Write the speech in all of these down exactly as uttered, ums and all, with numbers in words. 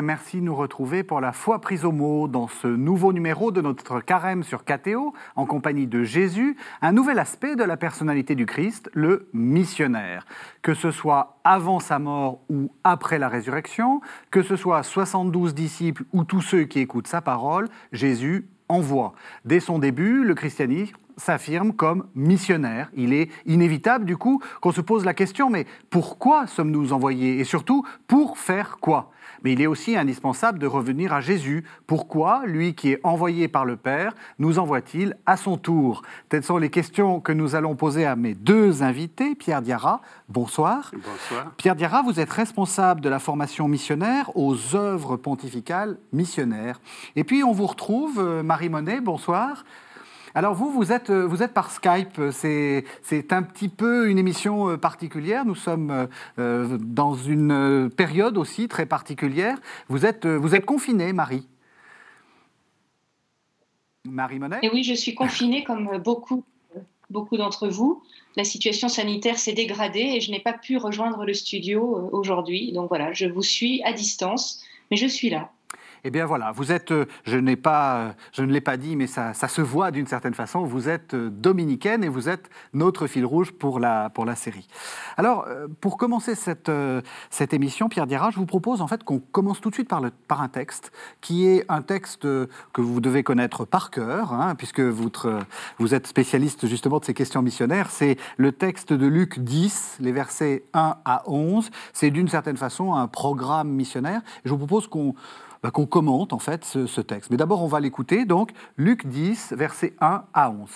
et merci de nous retrouver pour la foi prise au mot dans ce nouveau numéro de notre carême sur K T O en compagnie de Jésus, un nouvel aspect de la personnalité du Christ, le missionnaire. Que ce soit avant sa mort ou après la résurrection, que ce soit soixante-douze disciples ou tous ceux qui écoutent sa parole, Jésus envoie. Dès son début, le christianisme s'affirme comme missionnaire. Il est inévitable, du coup, qu'on se pose la question, mais pourquoi sommes-nous envoyés? Et surtout, pour faire quoi? Mais il est aussi indispensable de revenir à Jésus. Pourquoi, lui qui est envoyé par le Père, nous envoie-t-il à son tour? Telles sont les questions que nous allons poser à mes deux invités. Pierre Diarra, bonsoir. Bonsoir. Pierre Diarra, vous êtes responsable de la formation missionnaire aux œuvres pontificales missionnaires. Et puis, on vous retrouve, Marie Monet, bonsoir. Alors vous, vous êtes, vous êtes par Skype, c'est, c'est un petit peu une émission particulière, nous sommes euh, dans une période aussi très particulière. Vous êtes, vous êtes confinée, Marie. Marie Monet ? Et oui, je suis confinée comme beaucoup, beaucoup d'entre vous. La situation sanitaire s'est dégradée et je n'ai pas pu rejoindre le studio aujourd'hui. Donc voilà, je vous suis à distance, mais je suis là. Eh bien voilà, vous êtes, je, n'ai pas, je ne l'ai pas dit, mais ça, ça se voit d'une certaine façon, vous êtes dominicaine et vous êtes notre fil rouge pour la, pour la série. Alors, pour commencer cette, cette émission, Pierre Diarra, je vous propose en fait qu'on commence tout de suite par, le, par un texte, qui est un texte que vous devez connaître par cœur, hein, puisque vous, vous êtes spécialiste justement de ces questions missionnaires. C'est le texte de Luc dix, les versets un à onze. C'est d'une certaine façon un programme missionnaire. Et je vous propose qu'on... Bah, qu'on commente en fait ce, ce texte. Mais d'abord, on va l'écouter. Donc, Luc dix, versets un à onze.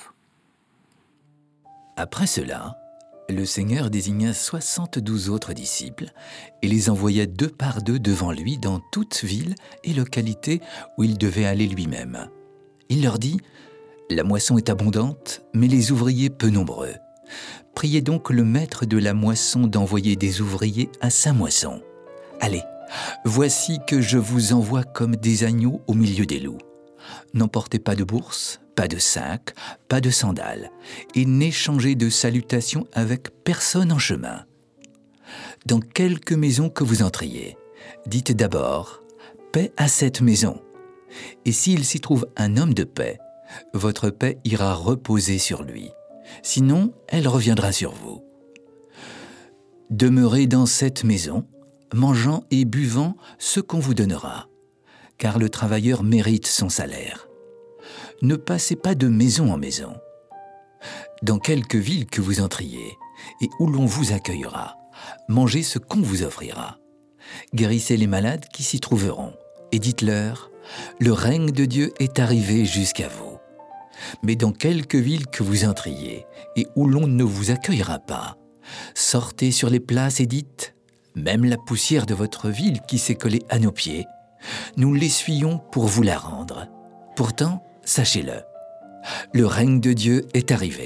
Après cela, le Seigneur désigna soixante-douze autres disciples et les envoya deux par deux devant lui dans toute ville et localité où il devait aller lui-même. Il leur dit : « La moisson est abondante, mais les ouvriers peu nombreux. Priez donc le maître de la moisson d'envoyer des ouvriers à sa moisson. Allez, voici que je vous envoie comme des agneaux au milieu des loups. N'emportez pas de bourse, pas de sac, pas de sandales, et n'échangez de salutations avec personne en chemin. Dans quelque maison que vous entriez, dites d'abord « Paix à cette maison ». Et s'il s'y trouve un homme de paix, votre paix ira reposer sur lui. Sinon, elle reviendra sur vous. Demeurez dans cette maison, mangeant et buvant ce qu'on vous donnera, car le travailleur mérite son salaire. Ne passez pas de maison en maison. Dans quelque ville que vous entriez, et où l'on vous accueillera, mangez ce qu'on vous offrira. Guérissez les malades qui s'y trouveront, et dites-leur, le règne de Dieu est arrivé jusqu'à vous. Mais dans quelque ville que vous entriez, et où l'on ne vous accueillera pas, sortez sur les places et dites, même la poussière de votre ville qui s'est collée à nos pieds, nous l'essuyons pour vous la rendre. Pourtant, sachez-le, le règne de Dieu est arrivé. »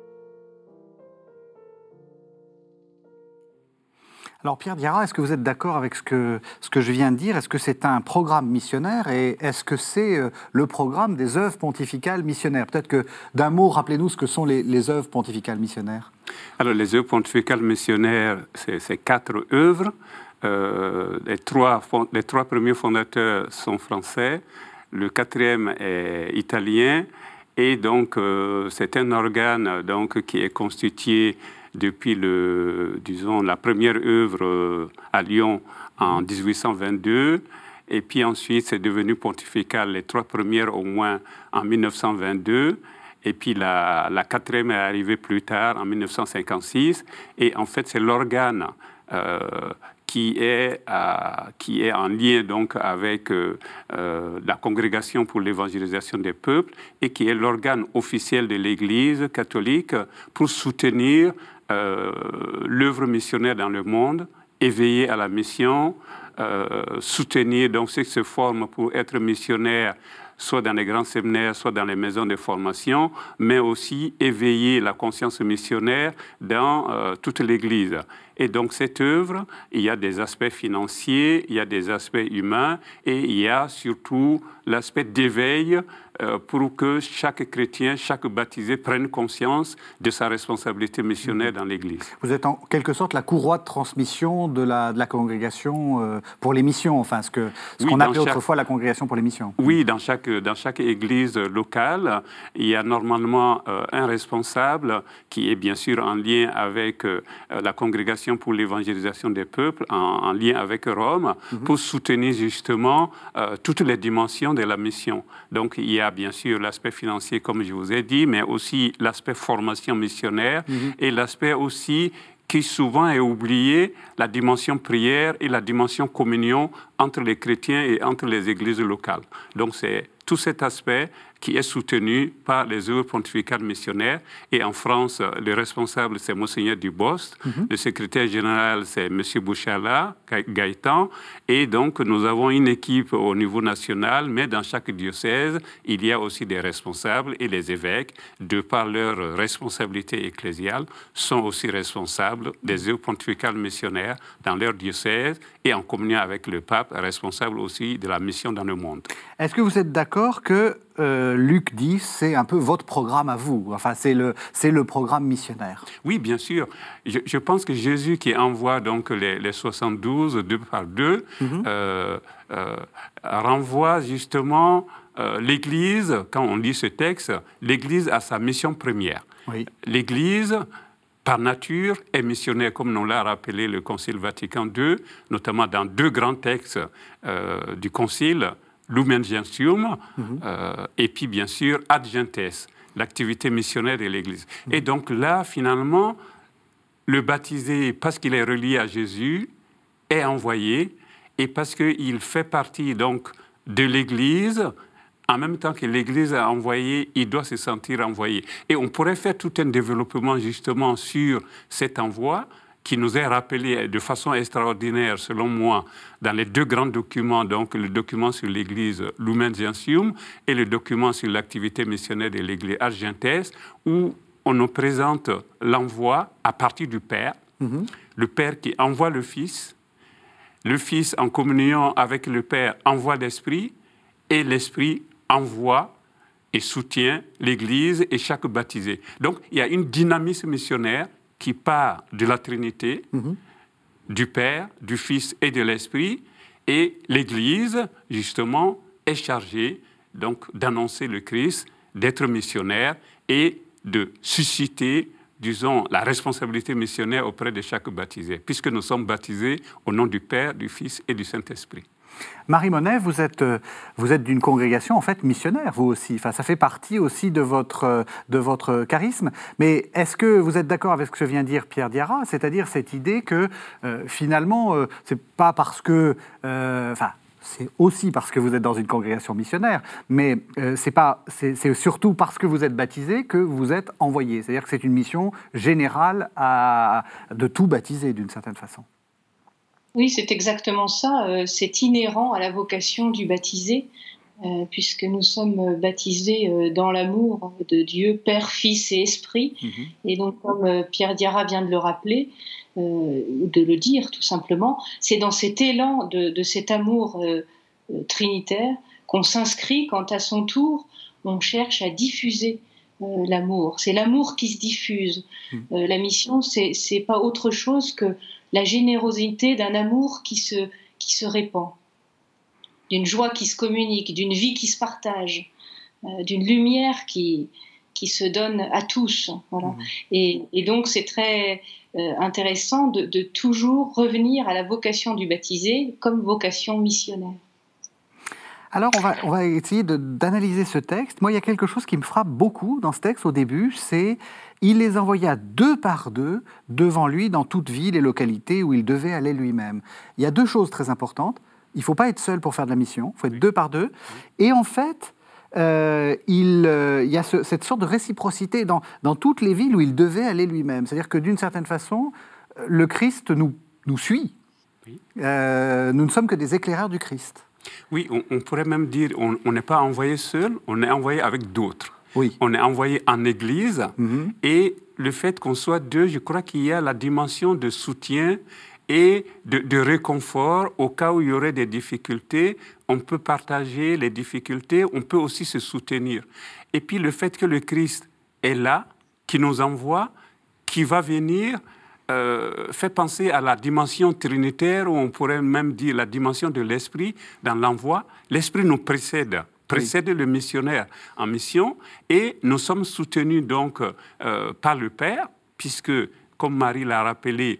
Alors Pierre Diarra, est-ce que vous êtes d'accord avec ce que, ce que je viens de dire? Est-ce que c'est un programme missionnaire et est-ce que c'est le programme des œuvres pontificales missionnaires? Peut-être que d'un mot, rappelez-nous ce que sont les, les œuvres pontificales missionnaires. Alors les œuvres pontificales missionnaires, c'est, c'est quatre œuvres. Euh, les, trois, les trois premiers fondateurs sont français, le quatrième est italien et donc euh, c'est un organe donc, qui est constitué depuis le, disons, la première œuvre à Lyon en dix-huit cent vingt-deux. Et puis ensuite, c'est devenu pontifical, les trois premières au moins en mille neuf cent vingt-deux. Et puis la, la quatrième est arrivée plus tard, en mille neuf cent cinquante-six. Et en fait, c'est l'organe euh, qui, est, euh, qui est en lien donc, avec euh, euh, la Congrégation pour l'évangélisation des peuples et qui est l'organe officiel de l'Église catholique pour soutenir Euh, l'œuvre missionnaire dans le monde, éveiller à la mission, euh, soutenir donc ceux qui se forment pour être missionnaires, soit dans les grands séminaires, soit dans les maisons de formation, mais aussi éveiller la conscience missionnaire dans euh, toute l'Église. Et donc cette œuvre, il y a des aspects financiers, il y a des aspects humains, et il y a surtout l'aspect d'éveil euh, pour que chaque chrétien, chaque baptisé prenne conscience de sa responsabilité missionnaire dans l'Église. Vous êtes en quelque sorte la courroie de transmission de la, de la congrégation euh, pour les missions, enfin ce, que, ce oui, qu'on appelait chaque... autrefois la congrégation pour les missions. Oui, dans chaque, dans chaque église locale, il y a normalement euh, un responsable qui est bien sûr en lien avec euh, la congrégation pour l'évangélisation des peuples, en, en lien avec Rome, mm-hmm. pour soutenir justement euh, toutes les dimensions de la mission. Donc il y a bien sûr l'aspect financier, comme je vous ai dit, mais aussi l'aspect formation missionnaire mm-hmm. et l'aspect aussi qui souvent est oublié, la dimension prière et la dimension communion entre les chrétiens et entre les églises locales. Donc c'est tout cet aspect qui est soutenu par les œuvres pontificales missionnaires. Et en France, le responsable, c'est Monseigneur Dubost. Mm-hmm. Le secrétaire général, c'est M. Bouchala, Gaëtan. Et donc, nous avons une équipe au niveau national, mais dans chaque diocèse, il y a aussi des responsables. Et les évêques, de par leur responsabilité ecclésiale, sont aussi responsables des œuvres pontificales missionnaires dans leur diocèse et en communion avec le pape, responsable aussi de la mission dans le monde. Est-ce que vous êtes d'accord que euh, Luc dix, c'est un peu votre programme à vous? Enfin, c'est le, c'est le programme missionnaire. Oui, bien sûr. Je, je pense que Jésus qui envoie donc les, les soixante-douze, deux par deux, mm-hmm. euh, euh, renvoie justement euh, l'Église, quand on lit ce texte, l'Église a sa mission première. Oui. L'Église, par nature, est missionnaire, comme nous l'a rappelé le Concile Vatican deux, notamment dans deux grands textes euh, du Concile, Lumen Gentium, mm-hmm. euh, et puis bien sûr Ad Gentes, l'activité missionnaire de l'Église. Mm-hmm. Et donc là, finalement, le baptisé, parce qu'il est relié à Jésus, est envoyé, et parce qu'il fait partie donc de l'Église, en même temps que l'Église a envoyé, il doit se sentir envoyé. Et on pourrait faire tout un développement justement sur cet envoi, qui nous est rappelé de façon extraordinaire, selon moi, dans les deux grands documents, donc le document sur l'Église Lumen Gentium et le document sur l'activité missionnaire de l'Église Ad Gentes, où on nous présente l'envoi à partir du Père, mm-hmm. le Père qui envoie le Fils, le Fils en communion avec le Père envoie l'Esprit, et l'Esprit envoie et soutient l'Église et chaque baptisé. Donc il y a une dynamisme missionnaire qui part de la Trinité, mm-hmm. du Père, du Fils et de l'Esprit, et l'Église, justement, est chargée donc, d'annoncer le Christ, d'être missionnaire et de susciter, disons, la responsabilité missionnaire auprès de chaque baptisé, puisque nous sommes baptisés au nom du Père, du Fils et du Saint-Esprit. Marie Monet, vous êtes, vous êtes d'une congrégation en fait missionnaire, vous aussi. Enfin, ça fait partie aussi de votre, de votre charisme. Mais est-ce que vous êtes d'accord avec ce que vient de dire Pierre Diarra, c'est-à-dire cette idée que euh, finalement, euh, c'est pas parce que, euh, enfin, c'est aussi parce que vous êtes dans une congrégation missionnaire, mais euh, c'est pas, c'est, c'est surtout parce que vous êtes baptisé que vous êtes envoyé. C'est-à-dire que c'est une mission générale à, de tout baptiser d'une certaine façon. Oui, c'est exactement ça. C'est inhérent à la vocation du baptisé, euh, puisque nous sommes baptisés dans l'amour de Dieu, Père, Fils et Esprit. Mm-hmm. Et donc, comme Pierre Diarra vient de le rappeler, euh, ou de le dire tout simplement, c'est dans cet élan de, de cet amour euh, trinitaire qu'on s'inscrit quand, à son tour, on cherche à diffuser euh, l'amour. C'est l'amour qui se diffuse. Mm. Euh, la mission, c'est, c'est pas autre chose que la générosité d'un amour qui se, qui se répand, d'une joie qui se communique, d'une vie qui se partage, euh, d'une lumière qui, qui se donne à tous. Voilà. Mmh. Et, et donc, c'est très euh, intéressant de, de toujours revenir à la vocation du baptisé comme vocation missionnaire. Alors, on va, on va essayer de, d'analyser ce texte. Moi, il y a quelque chose qui me frappe beaucoup dans ce texte au début, c'est il les envoya deux par deux devant lui dans toute ville et localité où il devait aller lui-même. Il y a deux choses très importantes. Il ne faut pas être seul pour faire de la mission, il faut être oui. deux par deux. Oui. Et en fait, euh, il, euh, il y a ce, cette sorte de réciprocité dans, dans toutes les villes où il devait aller lui-même. C'est-à-dire que d'une certaine façon, le Christ nous, nous suit. Oui. Euh, nous ne sommes que des éclaireurs du Christ. Oui, on, on pourrait même dire on n'est pas envoyé seul, on est envoyé avec d'autres. Oui. On est envoyé en Église, mm-hmm. et le fait qu'on soit deux, je crois qu'il y a la dimension de soutien et de, de réconfort au cas où il y aurait des difficultés. On peut partager les difficultés, on peut aussi se soutenir. Et puis le fait que le Christ est là, qui nous envoie, qui va venir, euh, fait penser à la dimension trinitaire, ou on pourrait même dire la dimension de l'esprit dans l'envoi. L'esprit nous précède, précède oui. le missionnaire en mission, et nous sommes soutenus donc euh, par le Père, puisque, comme Marie l'a rappelé,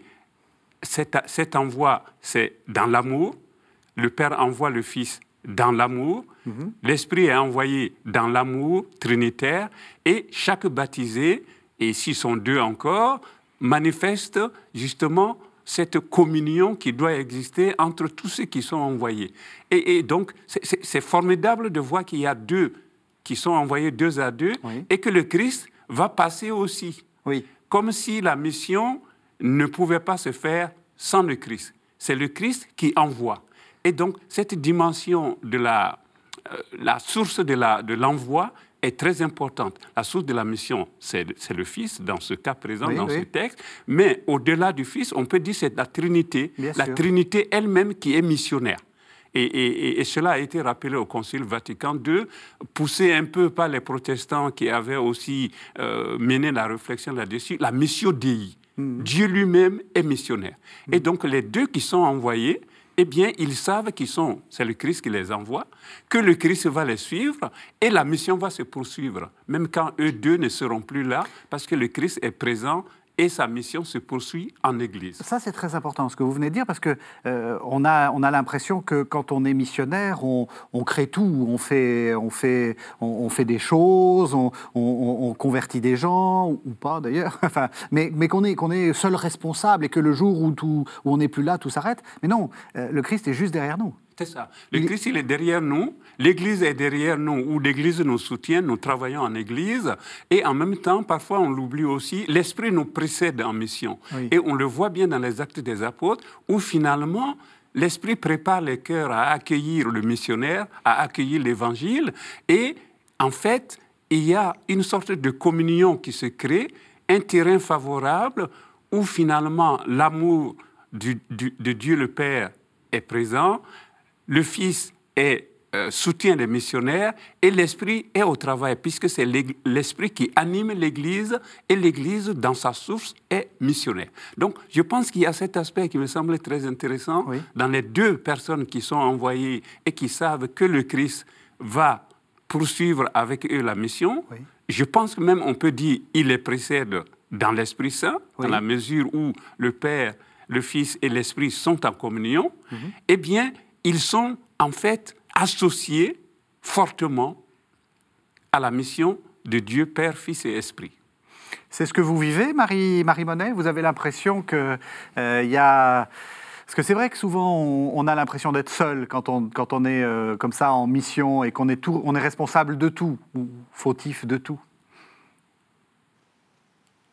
cet, cet envoi, c'est dans l'amour. Le Père envoie le Fils dans l'amour. Mm-hmm. L'Esprit est envoyé dans l'amour trinitaire, et chaque baptisé, et s'ils sont deux encore, manifeste justement cette communion qui doit exister entre tous ceux qui sont envoyés. Et, et donc, c'est, c'est, c'est formidable de voir qu'il y a deux qui sont envoyés deux à deux, oui. et que le Christ va passer aussi. Oui. Comme si la mission ne pouvait pas se faire sans le Christ. C'est le Christ qui envoie. Et donc, cette dimension de la, euh, la source de, la, de l'envoi est très importante. La source de la mission, c'est, c'est le Fils, dans ce cas présent, oui, dans oui. ce texte. Mais au-delà du Fils, on peut dire que c'est la Trinité, Bien la sûr. Trinité elle-même qui est missionnaire. Et, et, et cela a été rappelé au Concile Vatican deux, poussé un peu par les protestants qui avaient aussi euh, mené la réflexion là-dessus, la missio Dei. Mmh. Dieu lui-même est missionnaire. Mmh. Et donc les deux qui sont envoyés, eh bien, ils savent qu'ils sont, c'est le Christ qui les envoie, que le Christ va les suivre et la mission va se poursuivre, même quand eux deux ne seront plus là, parce que le Christ est présent et sa mission se poursuit en Église. Ça, c'est très important, ce que vous venez de dire, parce qu'on euh, a, on a l'impression que quand on est missionnaire, on, on crée tout, on fait, on fait, on, on fait des choses, on, on, on convertit des gens, ou, ou pas d'ailleurs, enfin, mais, mais qu'on est, qu'on est seul responsable et que le jour où, tout, où on n'est plus là, tout s'arrête. Mais non, euh, le Christ est juste derrière nous. C'est ça. Le il... Christ, il est derrière nous, l'Église est derrière nous, ou l'Église nous soutient, nous travaillons en Église, et en même temps, parfois on l'oublie aussi, l'Esprit nous précède en mission. Oui. Et on le voit bien dans les Actes des Apôtres, où finalement, l'Esprit prépare les cœurs à accueillir le missionnaire, à accueillir l'Évangile, et en fait, il y a une sorte de communion qui se crée, un terrain favorable, où finalement l'amour du, du, de Dieu le Père est présent, le Fils est, euh, soutient les missionnaires et l'Esprit est au travail, puisque c'est l'Esprit qui anime l'Église et l'Église, dans sa source, est missionnaire. Donc, je pense qu'il y a cet aspect qui me semble très intéressant oui. dans les deux personnes qui sont envoyées et qui savent que le Christ va poursuivre avec eux la mission. Oui. Je pense que même on peut dire qu'il les précède dans l'Esprit Saint, oui. dans la mesure où le Père, le Fils et l'Esprit sont en communion. Mm-hmm. Eh bien, ils sont en fait associés fortement à la mission de Dieu, Père, Fils et Esprit. C'est ce que vous vivez, Marie, Marie Monet ? Vous avez l'impression qu'il euh, y a... Parce que c'est vrai que souvent, on, on a l'impression d'être seul quand on, quand on est euh, comme ça en mission et qu'on est, tout, on est responsable de tout, ou fautif de tout. Marie ?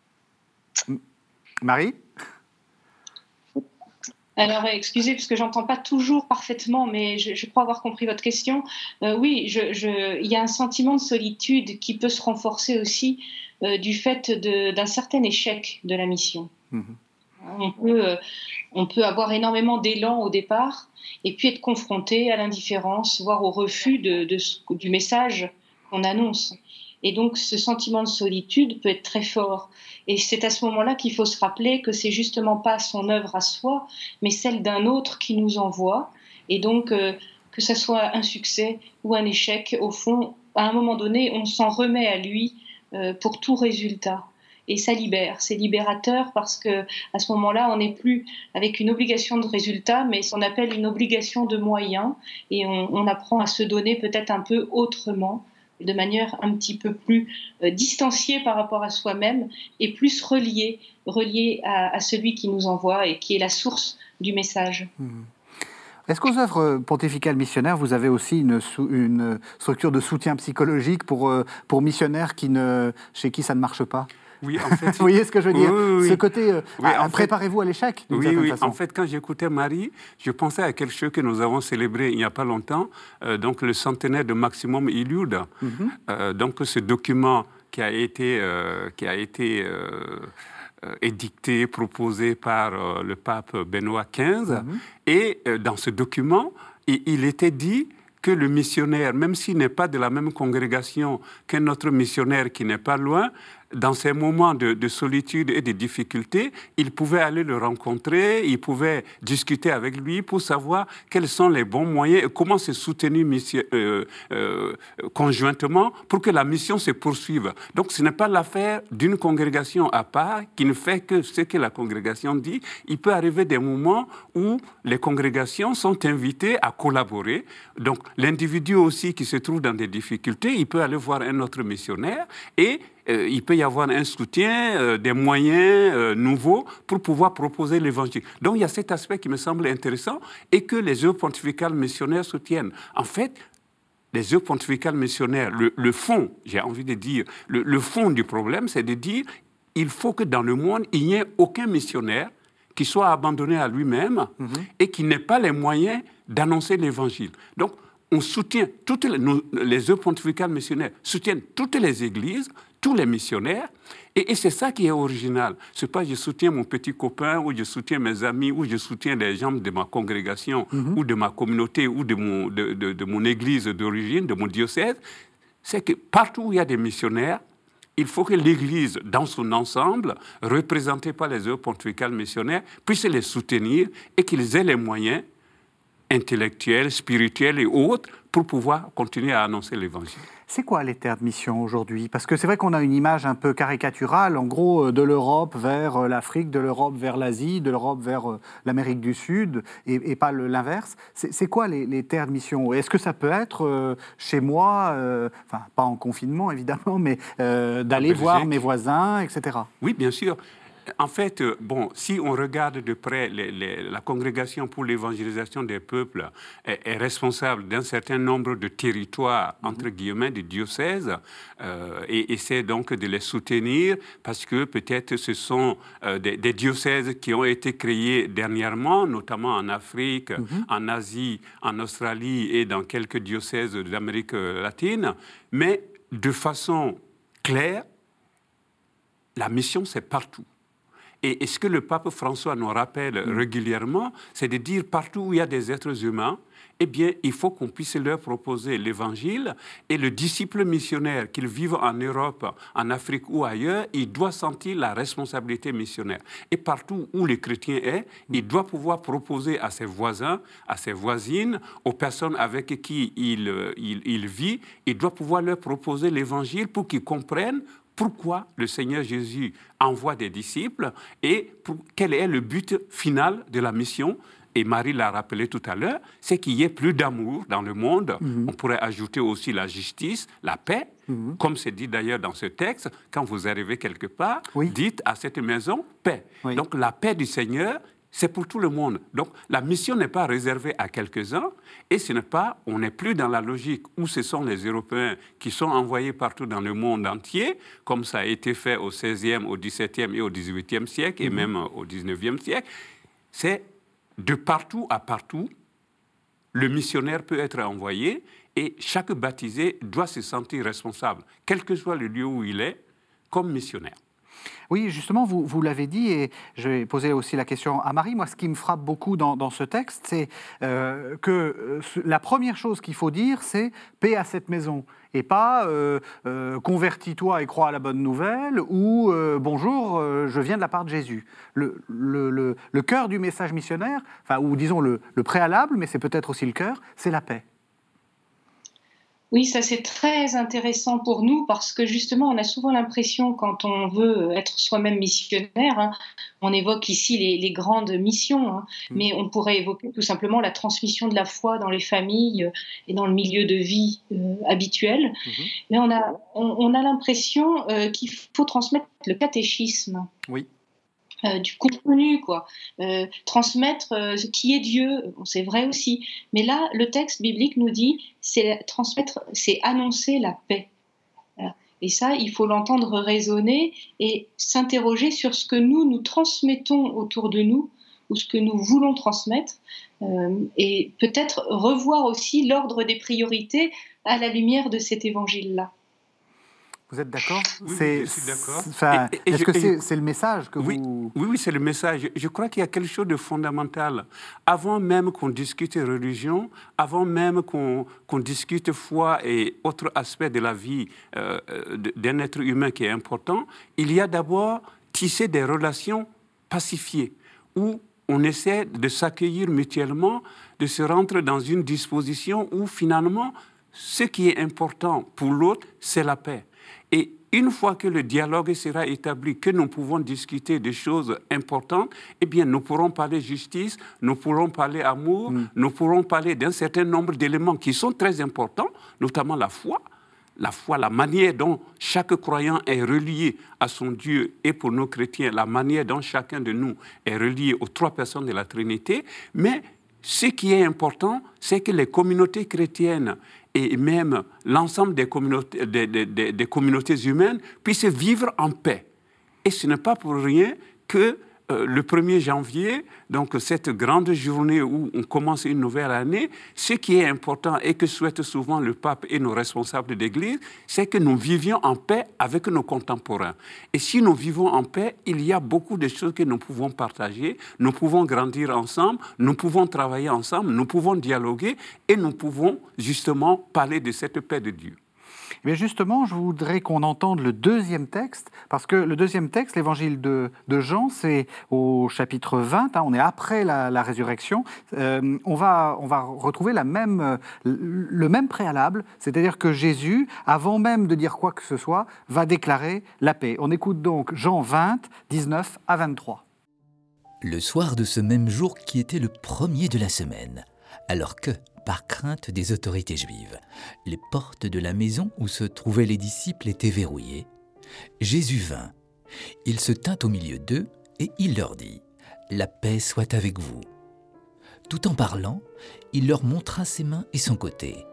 Alors, excusez, parce que je n'entends pas toujours parfaitement, mais je, je crois avoir compris votre question. Euh, oui, je, je, il y a un sentiment de solitude qui peut se renforcer aussi euh, du fait de, d'un certain échec de la mission. Mmh. On peut, euh, on peut avoir énormément d'élan au départ et puis être confronté à l'indifférence, voire au refus de, de, du message qu'on annonce. Et donc, ce sentiment de solitude peut être très fort. Et c'est à ce moment-là qu'il faut se rappeler que c'est justement pas son œuvre à soi, mais celle d'un autre qui nous envoie. Et donc, euh, que ça soit un succès ou un échec, au fond, à un moment donné, on s'en remet à lui euh, pour tout résultat. Et ça libère, c'est libérateur parce que à ce moment-là, on n'est plus avec une obligation de résultat, mais ce qu'on appelle une obligation de moyens. Et on, on apprend à se donner peut-être un peu autrement, de manière un petit peu plus euh, distanciée par rapport à soi-même et plus reliée, reliée à, à celui qui nous envoie et qui est la source du message. Mmh. Est-ce qu'aux œuvres pontificales missionnaires, vous avez aussi une, une structure de soutien psychologique pour, pour missionnaires qui ne, chez qui ça ne marche pas ? Oui, en fait... Vous voyez ce que je veux dire ? Oui, oui, ce côté, euh, oui, à, fait, préparez-vous à l'échec, d'une oui, certaine oui. façon. En fait, quand j'écoutais Marie, je pensais à quelque chose que nous avons célébré il n'y a pas longtemps, euh, donc le centenaire de Maximum Iliud. Mm-hmm. Euh, donc ce document qui a été, euh, qui a été euh, euh, édicté, proposé par euh, le pape Benoît quinze. Mmh. Et euh, dans ce document, il, il était dit que le missionnaire, même s'il n'est pas de la même congrégation qu'un autre missionnaire qui n'est pas loin, dans ces moments de, de solitude et de difficulté, il pouvait aller le rencontrer, il pouvait discuter avec lui pour savoir quels sont les bons moyens et comment se soutenir mission, euh, euh, conjointement pour que la mission se poursuive. Donc ce n'est pas l'affaire d'une congrégation à part qui ne fait que ce que la congrégation dit. Il peut arriver des moments où les congrégations sont invitées à collaborer. Donc l'individu aussi qui se trouve dans des difficultés, il peut aller voir un autre missionnaire et Euh, il peut y avoir un soutien, euh, des moyens euh, nouveaux pour pouvoir proposer l'évangile. Donc il y a cet aspect qui me semble intéressant et que les œuvres pontificales missionnaires soutiennent. En fait, les œuvres pontificales missionnaires, le, le fond, j'ai envie de dire, le, le fond du problème, c'est de dire il faut que dans le monde, il n'y ait aucun missionnaire qui soit abandonné à lui-même mm-hmm. et qui n'ait pas les moyens d'annoncer l'évangile. Donc, on soutient, toutes les, nos, les œuvres pontificales missionnaires soutiennent toutes les églises, tous les missionnaires, et, et c'est ça qui est original. Ce n'est pas je soutiens mon petit copain, ou je soutiens mes amis, ou je soutiens les gens de ma congrégation, mm-hmm. ou de ma communauté, ou de mon, de, de, de mon église d'origine, de mon diocèse. C'est que partout où il y a des missionnaires, il faut que l'Église, dans son ensemble, représentée par les œuvres pontificales missionnaires, puisse les soutenir et qu'ils aient les moyens intellectuels, spirituels et autres pour pouvoir continuer à annoncer l'Évangile. C'est quoi les terres de mission aujourd'hui? Parce que c'est vrai qu'on a une image un peu caricaturale, en gros, de l'Europe vers l'Afrique, de l'Europe vers l'Asie, de l'Europe vers l'Amérique du Sud, et, et pas l'inverse. C'est, c'est quoi les, les terres de mission? Est-ce que ça peut être euh, chez moi, euh, enfin, pas en confinement évidemment, mais euh, d'aller voir mes voisins, et cetera? Oui, bien sûr. En fait, bon, si on regarde de près, les, les, la Congrégation pour l'évangélisation des peuples est, est responsable d'un certain nombre de territoires, entre guillemets, de diocèses, euh, et essaie donc de les soutenir parce que peut-être ce sont euh, des, des diocèses qui ont été créés dernièrement, notamment en Afrique, mm-hmm. en Asie, en Australie et dans quelques diocèses d'Amérique latine. Mais de façon claire, la mission, c'est partout. Et, et ce que le pape François nous rappelle mmh. régulièrement, c'est de dire partout où il y a des êtres humains, eh bien, il faut qu'on puisse leur proposer l'Évangile. Et le disciple missionnaire, qu'il vive en Europe, en Afrique ou ailleurs, il doit sentir la responsabilité missionnaire. Et partout où le chrétien est, il doit pouvoir proposer à ses voisins, à ses voisines, aux personnes avec qui il, il, il vit, il doit pouvoir leur proposer l'Évangile pour qu'ils comprennent pourquoi le Seigneur Jésus envoie des disciples et pour, quel est le but final de la mission. Et Marie l'a rappelé tout à l'heure, c'est qu'il y ait plus d'amour dans le monde. Mmh. On pourrait ajouter aussi la justice, la paix, mmh. comme c'est dit d'ailleurs dans ce texte. Quand vous arrivez quelque part, oui. dites à cette maison paix. Oui. Donc la paix du Seigneur, c'est pour tout le monde. Donc la mission n'est pas réservée à quelques-uns et ce n'est pas, on n'est plus dans la logique où ce sont les Européens qui sont envoyés partout dans le monde entier, comme ça a été fait au seizième, au dix-septième et au dix-huitième siècle, mmh. et même au dix-neuvième siècle. C'est de partout à partout, le missionnaire peut être envoyé et chaque baptisé doit se sentir responsable, quel que soit le lieu où il est, comme missionnaire. Oui, justement, vous, vous l'avez dit, et je vais poser aussi la question à Marie. Moi, ce qui me frappe beaucoup dans, dans ce texte, c'est euh, que euh, la première chose qu'il faut dire, c'est « paix à cette maison ». Et pas euh, euh, « convertis-toi et crois à la bonne nouvelle » ou euh, « bonjour, euh, je viens de la part de Jésus ». Le, le, le, le cœur du message missionnaire, enfin, ou disons le, le préalable, mais c'est peut-être aussi le cœur, c'est la paix. Oui, ça c'est très intéressant pour nous parce que justement on a souvent l'impression quand on veut être soi-même missionnaire, hein, on évoque ici les, les grandes missions, hein, mmh. mais on pourrait évoquer tout simplement la transmission de la foi dans les familles et dans le milieu de vie euh, habituel. Mmh. Mais on a, on, on a l'impression euh, qu'il faut transmettre le catéchisme. Oui. Euh, du contenu, quoi. Euh, transmettre euh, qui est Dieu, c'est vrai aussi. Mais là, le texte biblique nous dit, c'est transmettre, c'est annoncer la paix. Voilà. Et ça, il faut l'entendre résonner et s'interroger sur ce que nous, nous transmettons autour de nous, ou ce que nous voulons transmettre, euh, et peut-être revoir aussi l'ordre des priorités à la lumière de cet évangile-là. Vous êtes d'accord? Oui, c'est, je suis d'accord. Enfin, Et- et est-ce je- que et c'est, je- c'est le message que Oui, vous... oui, oui, c'est le message. Je crois qu'il y a quelque chose de fondamental. Avant même qu'on discute religion, avant même qu'on, qu'on discute foi et autres aspects de la vie euh, d'un être humain qui est important, il y a d'abord tisser des relations pacifiées où on essaie de s'accueillir mutuellement, de se rendre dans une disposition où finalement, ce qui est important pour l'autre, c'est la paix. Et une fois que le dialogue sera établi, que nous pouvons discuter des choses importantes, eh bien, nous pourrons parler justice, nous pourrons parler amour, mm. nous pourrons parler d'un certain nombre d'éléments qui sont très importants, notamment la foi. La foi, la manière dont chaque croyant est relié à son Dieu, et pour nos chrétiens, la manière dont chacun de nous est relié aux trois personnes de la Trinité. Mais ce qui est important, c'est que les communautés chrétiennes et même l'ensemble des communautés, des, des, des, des communautés humaines puissent vivre en paix. Et ce n'est pas pour rien que euh, le premier janvier, donc cette grande journée où on commence une nouvelle année, ce qui est important et que souhaitent souvent le pape et nos responsables d'Église, c'est que nous vivions en paix avec nos contemporains. Et si nous vivons en paix, il y a beaucoup de choses que nous pouvons partager, nous pouvons grandir ensemble, nous pouvons travailler ensemble, nous pouvons dialoguer et nous pouvons justement parler de cette paix de Dieu. Mais justement, je voudrais qu'on entende le deuxième texte, parce que le deuxième texte, l'évangile de, de Jean, c'est au chapitre vingt, hein, on est après la, la résurrection. Euh, on, va, on va retrouver la même, le même préalable, c'est-à-dire que Jésus, avant même de dire quoi que ce soit, va déclarer la paix. On écoute donc Jean vingt, dix-neuf à vingt-trois. Le soir de ce même jour qui était le premier de la semaine, alors que, par crainte des autorités juives, les portes de la maison où se trouvaient les disciples étaient verrouillées, Jésus vint. Il se tint au milieu d'eux et il leur dit « La paix soit avec vous ». Tout en parlant, il leur montra ses mains et son côté.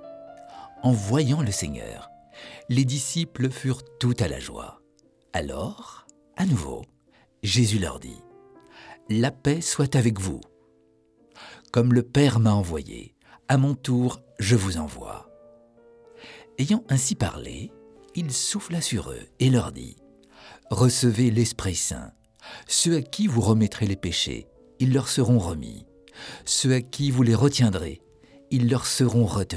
En voyant le Seigneur, les disciples furent tout à la joie. Alors, à nouveau, Jésus leur dit « La paix soit avec vous. Comme le Père m'a envoyé, à mon tour, je vous envoie. » Ayant ainsi parlé, il souffla sur eux et leur dit « Recevez l'Esprit Saint. Ceux à qui vous remettrez les péchés, ils leur seront remis. Ceux à qui vous les retiendrez, ils leur seront retenus. »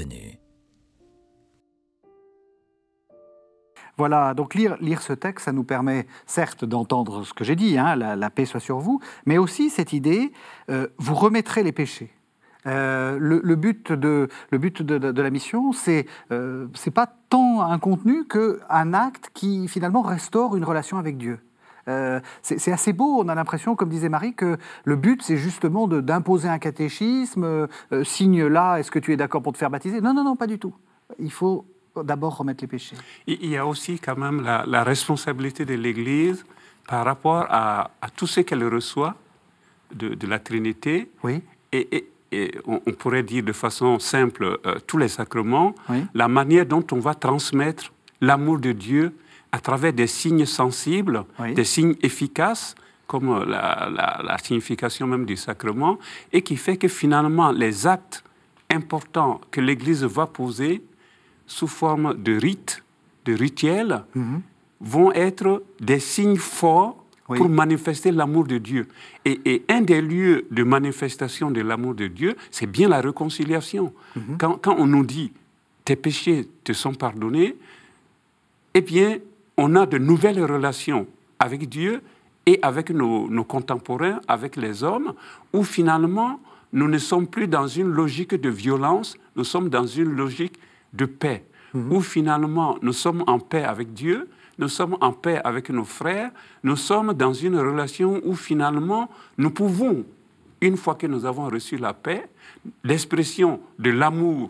Voilà, donc lire, lire ce texte, ça nous permet certes d'entendre ce que j'ai dit, hein, la, la paix soit sur vous, mais aussi cette idée, euh, vous remettrez les péchés. Euh, le, le but de, le but de, de, de la mission, c'est euh, c'est pas tant un contenu qu'un acte qui finalement restaure une relation avec Dieu. Euh, c'est, c'est assez beau, on a l'impression, comme disait Marie, que le but c'est justement de, d'imposer un catéchisme, euh, signe là, est-ce que tu es d'accord pour te faire baptiser? Non, non, non, pas du tout. Il faut d'abord remettre les péchés. Il y a aussi quand même la, la responsabilité de l'Église par rapport à, à tout ce qu'elle reçoit de, de la Trinité. Oui. Et, et, et on, on pourrait dire de façon simple euh, tous les sacrements, oui. La manière dont on va transmettre l'amour de Dieu à travers des signes sensibles, oui. Des signes efficaces, comme la, la, la signification même du sacrement, et qui fait que finalement les actes importants que l'Église va poser sous forme de rites, de rituels, mm-hmm. vont être des signes forts oui. Pour manifester l'amour de Dieu. Et, et un des lieux de manifestation de l'amour de Dieu, c'est bien la réconciliation. Mm-hmm. Quand, quand on nous dit « tes péchés te sont pardonnés », eh bien, on a de nouvelles relations avec Dieu et avec nos, nos contemporains, avec les hommes, où finalement, nous ne sommes plus dans une logique de violence, nous sommes dans une logique de paix, mmh. où finalement nous sommes en paix avec Dieu, nous sommes en paix avec nos frères, nous sommes dans une relation où finalement nous pouvons, une fois que nous avons reçu la paix, l'expression de l'amour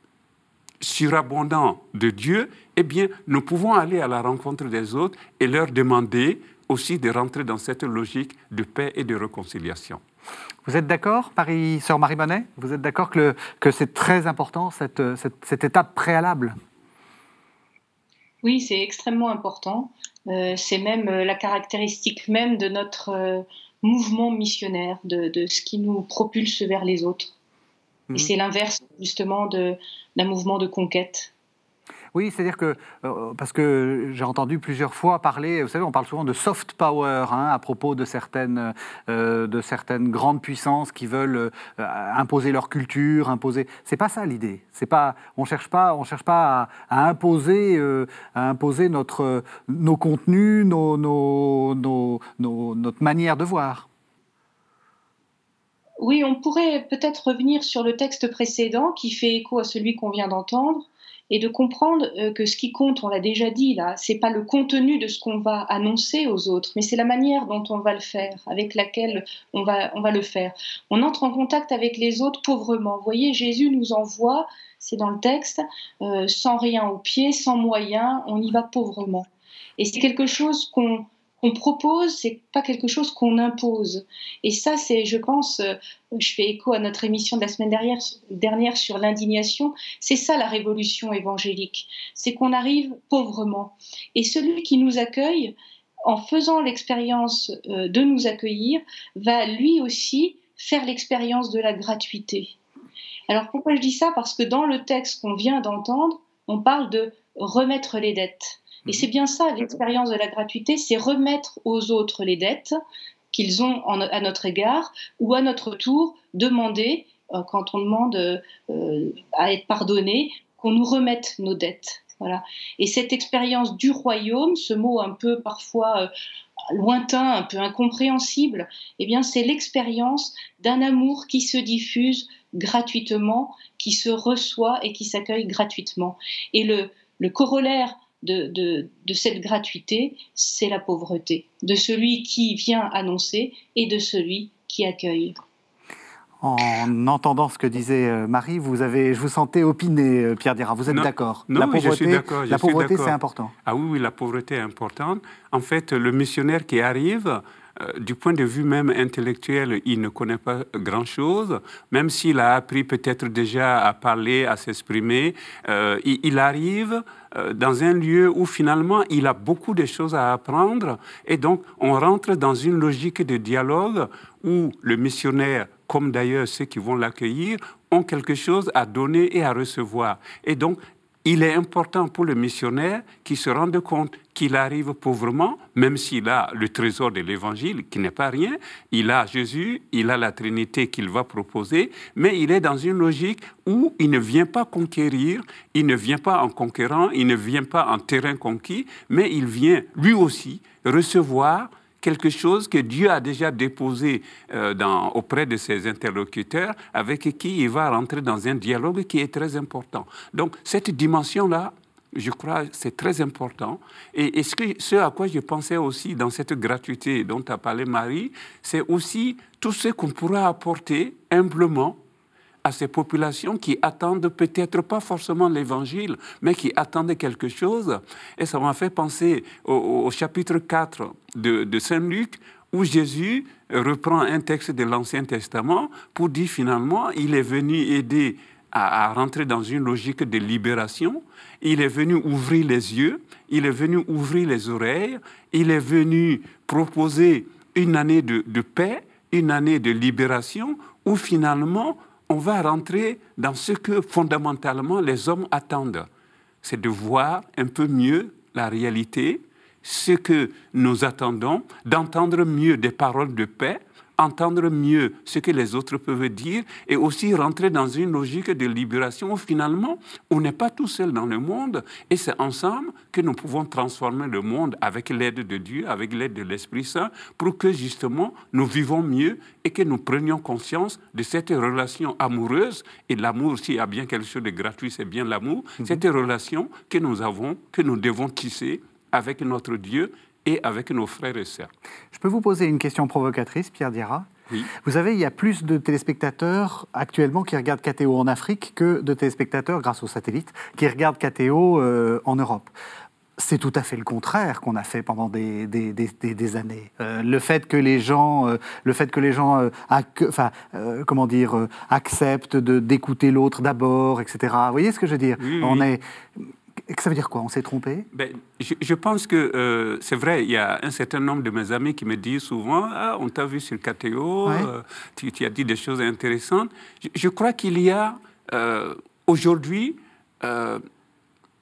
surabondant de Dieu, eh bien nous pouvons aller à la rencontre des autres et leur demander aussi de rentrer dans cette logique de paix et de réconciliation. Vous êtes d'accord, Marie, sœur Marie Monet? Vous êtes d'accord que, le, que c'est très important, cette, cette, cette étape préalable? Oui, c'est extrêmement important. Euh, c'est même la caractéristique même de notre euh, mouvement missionnaire, de, de ce qui nous propulse vers les autres. Mmh. Et c'est l'inverse, justement, de, d'un mouvement de conquête. Oui, c'est-à-dire que, euh, parce que j'ai entendu plusieurs fois parler, vous savez, on parle souvent de soft power hein, à propos de certaines, euh, de certaines grandes puissances qui veulent euh, imposer leur culture, imposer. C'est pas ça l'idée. C'est pas, on cherche pas, on cherche pas à, à imposer, euh, à imposer notre, nos contenus, nos, nos, nos, nos, notre manière de voir. Oui, on pourrait peut-être revenir sur le texte précédent qui fait écho à celui qu'on vient d'entendre et de comprendre que ce qui compte, on l'a déjà dit là, c'est pas le contenu de ce qu'on va annoncer aux autres, mais c'est la manière dont on va le faire, avec laquelle on va, on va le faire. On entre en contact avec les autres pauvrement. Vous voyez, Jésus nous envoie, c'est dans le texte, euh, sans rien au pied, sans moyens, on y va pauvrement. Et c'est quelque chose qu'on qu'on propose, c'est pas quelque chose qu'on impose. Et ça, c'est, je pense, euh, je fais écho à notre émission de la semaine dernière, dernière sur l'indignation, c'est ça la révolution évangélique, c'est qu'on arrive pauvrement. Et celui qui nous accueille, en faisant l'expérience euh, de nous accueillir, va lui aussi faire l'expérience de la gratuité. Alors pourquoi je dis ça ? Parce que dans le texte qu'on vient d'entendre, on parle de remettre les dettes. Et c'est bien ça, l'expérience de la gratuité, c'est remettre aux autres les dettes qu'ils ont en, à notre égard, ou à notre tour, demander, euh, quand on demande euh, à être pardonné, qu'on nous remette nos dettes. Voilà. Et cette expérience du royaume, ce mot un peu parfois euh, lointain, un peu incompréhensible, eh bien c'est l'expérience d'un amour qui se diffuse gratuitement, qui se reçoit et qui s'accueille gratuitement. Et le, le corollaire De, de, de cette gratuité, c'est la pauvreté, de celui qui vient annoncer et de celui qui accueille. En entendant ce que disait Marie, vous avez, je vous sentais opiner, Pierre Dira. Vous êtes non, d'accord ? Non, la oui, pauvreté, je suis d'accord. Je la pauvreté, suis c'est important. Ah oui, oui, la pauvreté est importante. En fait, le missionnaire qui arrive, euh, du point de vue même intellectuel, il ne connaît pas grand-chose. Même s'il a appris peut-être déjà à parler, à s'exprimer, euh, il, il arrive euh, dans un lieu où finalement il a beaucoup de choses à apprendre. Et donc, on rentre dans une logique de dialogue où le missionnaire, comme d'ailleurs ceux qui vont l'accueillir, ont quelque chose à donner et à recevoir. Et donc, il est important pour le missionnaire qu'il se rende compte qu'il arrive pauvrement, même s'il a le trésor de l'Évangile, qui n'est pas rien. Il a Jésus, il a la Trinité qu'il va proposer, mais il est dans une logique où il ne vient pas conquérir, il ne vient pas en conquérant, il ne vient pas en terrain conquis, mais il vient lui aussi recevoir quelque chose que Dieu a déjà déposé euh, dans, auprès de ses interlocuteurs, avec qui il va rentrer dans un dialogue qui est très important. Donc, cette dimension-là, je crois, c'est très important. Et, et ce, que, ce à quoi je pensais aussi dans cette gratuité dont a parlé Marie, c'est aussi tout ce qu'on pourra apporter humblement à ces populations qui attendent peut-être pas forcément l'Évangile, mais qui attendent quelque chose. Et ça m'a fait penser au, au chapitre quatre de, de Saint Luc, où Jésus reprend un texte de l'Ancien Testament pour dire finalement, il est venu aider à, à rentrer dans une logique de libération. Il est venu ouvrir les yeux, il est venu ouvrir les oreilles, il est venu proposer une année de, de paix, une année de libération, où finalement, on va rentrer dans ce que fondamentalement les hommes attendent. C'est de voir un peu mieux la réalité, ce que nous attendons, d'entendre mieux des paroles de paix, entendre mieux ce que les autres peuvent dire et aussi rentrer dans une logique de libération où finalement, on n'est pas tout seul dans le monde et c'est ensemble que nous pouvons transformer le monde avec l'aide de Dieu, avec l'aide de l'Esprit Saint, pour que justement nous vivons mieux et que nous prenions conscience de cette relation amoureuse. Et l'amour, s'il y a bien quelque chose de gratuit, c'est bien l'amour. Mm-hmm. Cette relation que nous avons, que nous devons tisser avec notre Dieu et avec nos frères et sœurs. Je peux vous poser une question provocatrice, Pierre Dira ? Oui. Vous savez, il y a plus de téléspectateurs actuellement qui regardent K T O en Afrique que de téléspectateurs, grâce aux satellites, qui regardent K T O euh, en Europe. C'est tout à fait le contraire qu'on a fait pendant des, des, des, des, des années. Euh, le fait que les gens, euh, le fait que les gens, euh, ac- enfin, euh, comment dire, euh, acceptent de, d'écouter l'autre d'abord, et cetera. Vous voyez ce que je veux dire ? Oui, On oui. est... Ça veut dire quoi ? On s'est trompé ? Ben, je, je pense que euh, c'est vrai, il y a un certain nombre de mes amis qui me disent souvent « Ah, on t'a vu sur K T O, ouais. euh, tu, tu as dit des choses intéressantes. » Je, je crois qu'il y a euh, aujourd'hui euh,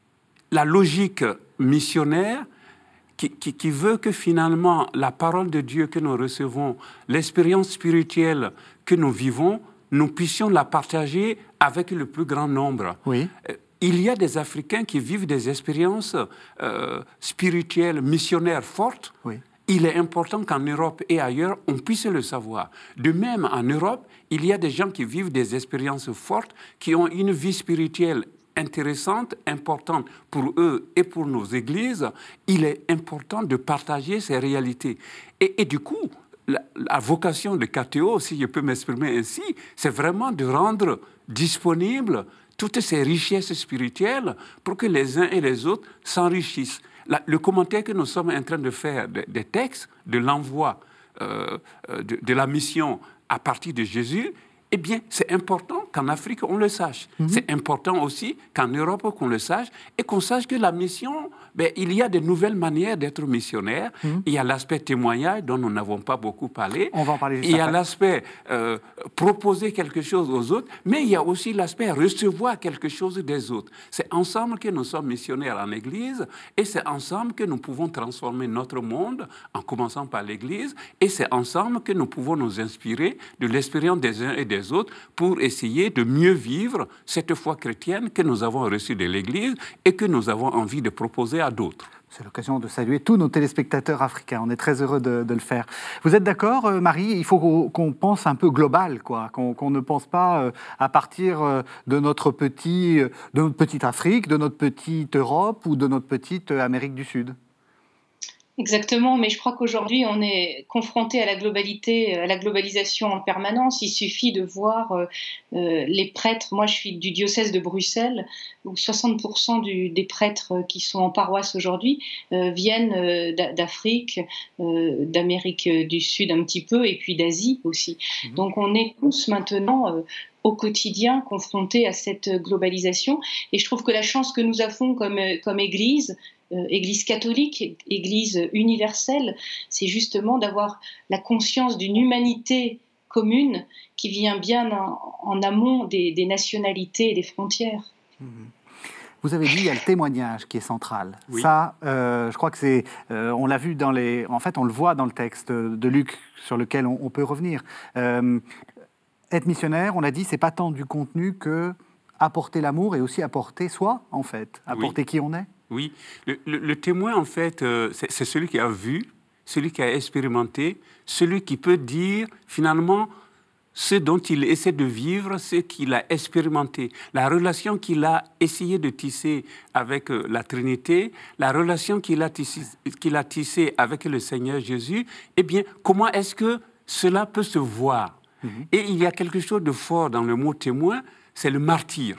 la logique missionnaire qui, qui, qui veut que finalement la parole de Dieu que nous recevons, l'expérience spirituelle que nous vivons, nous puissions la partager avec le plus grand nombre. Oui. Il y a des Africains qui vivent des expériences euh, spirituelles, missionnaires fortes. Oui. Il est important qu'en Europe et ailleurs, on puisse le savoir. De même, en Europe, il y a des gens qui vivent des expériences fortes, qui ont une vie spirituelle intéressante, importante pour eux et pour nos églises. Il est important de partager ces réalités. Et, et du coup, la, la vocation de K T O, si je peux m'exprimer ainsi, c'est vraiment de rendre disponibles toutes ces richesses spirituelles pour que les uns et les autres s'enrichissent. La, le commentaire que nous sommes en train de faire des de textes, de l'envoi, euh, de, de la mission à partir de Jésus, eh bien, c'est important qu'en Afrique, on le sache. Mm-hmm. C'est important aussi qu'en Europe, qu'on le sache et qu'on sache que la mission, ben, il y a de nouvelles manières d'être missionnaire. Mm-hmm. Il y a l'aspect témoignage dont nous n'avons pas beaucoup parlé. On va en parler juste Il y a après. l'aspect euh, proposer quelque chose aux autres, mais il y a aussi l'aspect recevoir quelque chose des autres. C'est ensemble que nous sommes missionnaires en Église et c'est ensemble que nous pouvons transformer notre monde en commençant par l'Église et c'est ensemble que nous pouvons nous inspirer de l'expérience des uns et des autres pour essayer de mieux vivre cette foi chrétienne que nous avons reçue de l'Église et que nous avons envie de proposer à d'autres. C'est l'occasion de saluer tous nos téléspectateurs africains. On est très heureux de, de le faire. Vous êtes d'accord, Marie? Il faut qu'on, qu'on pense un peu global, quoi. Qu'on, qu'on ne pense pas à partir de notre, petit, de notre petite Afrique, de notre petite Europe ou de notre petite Amérique du Sud. Exactement, mais je crois qu'aujourd'hui, on est confronté à la globalité, à la globalisation en permanence. Il suffit de voir euh, les prêtres. Moi, je suis du diocèse de Bruxelles, où soixante pour cent du, des prêtres qui sont en paroisse aujourd'hui euh, viennent euh, d'Afrique, euh, d'Amérique du Sud un petit peu, et puis d'Asie aussi. Mmh. Donc, on est tous maintenant euh, au quotidien confrontés à cette globalisation. Et je trouve que la chance que nous avons comme, comme Église, Euh, Église catholique, Église universelle, c'est justement d'avoir la conscience d'une humanité commune qui vient bien en, en amont des, des nationalités et des frontières. Vous avez dit il y a le témoignage qui est central. Oui. Ça, euh, je crois que c'est, euh, on l'a vu dans les, en fait, on le voit dans le texte de Luc sur lequel on, on peut revenir. Euh, être missionnaire, on a dit, c'est pas tant du contenu que apporter l'amour et aussi apporter soi, en fait, apporter oui. qui on est. Oui, le, le, le témoin, en fait, euh, c'est, c'est celui qui a vu, celui qui a expérimenté, celui qui peut dire, finalement, ce dont il essaie de vivre, ce qu'il a expérimenté, la relation qu'il a essayé de tisser avec euh, la Trinité, la relation qu'il a, tissé, qu'il a tissée avec le Seigneur Jésus, eh bien, comment est-ce que cela peut se voir? Mm-hmm. Et il y a quelque chose de fort dans le mot témoin, c'est le martyr.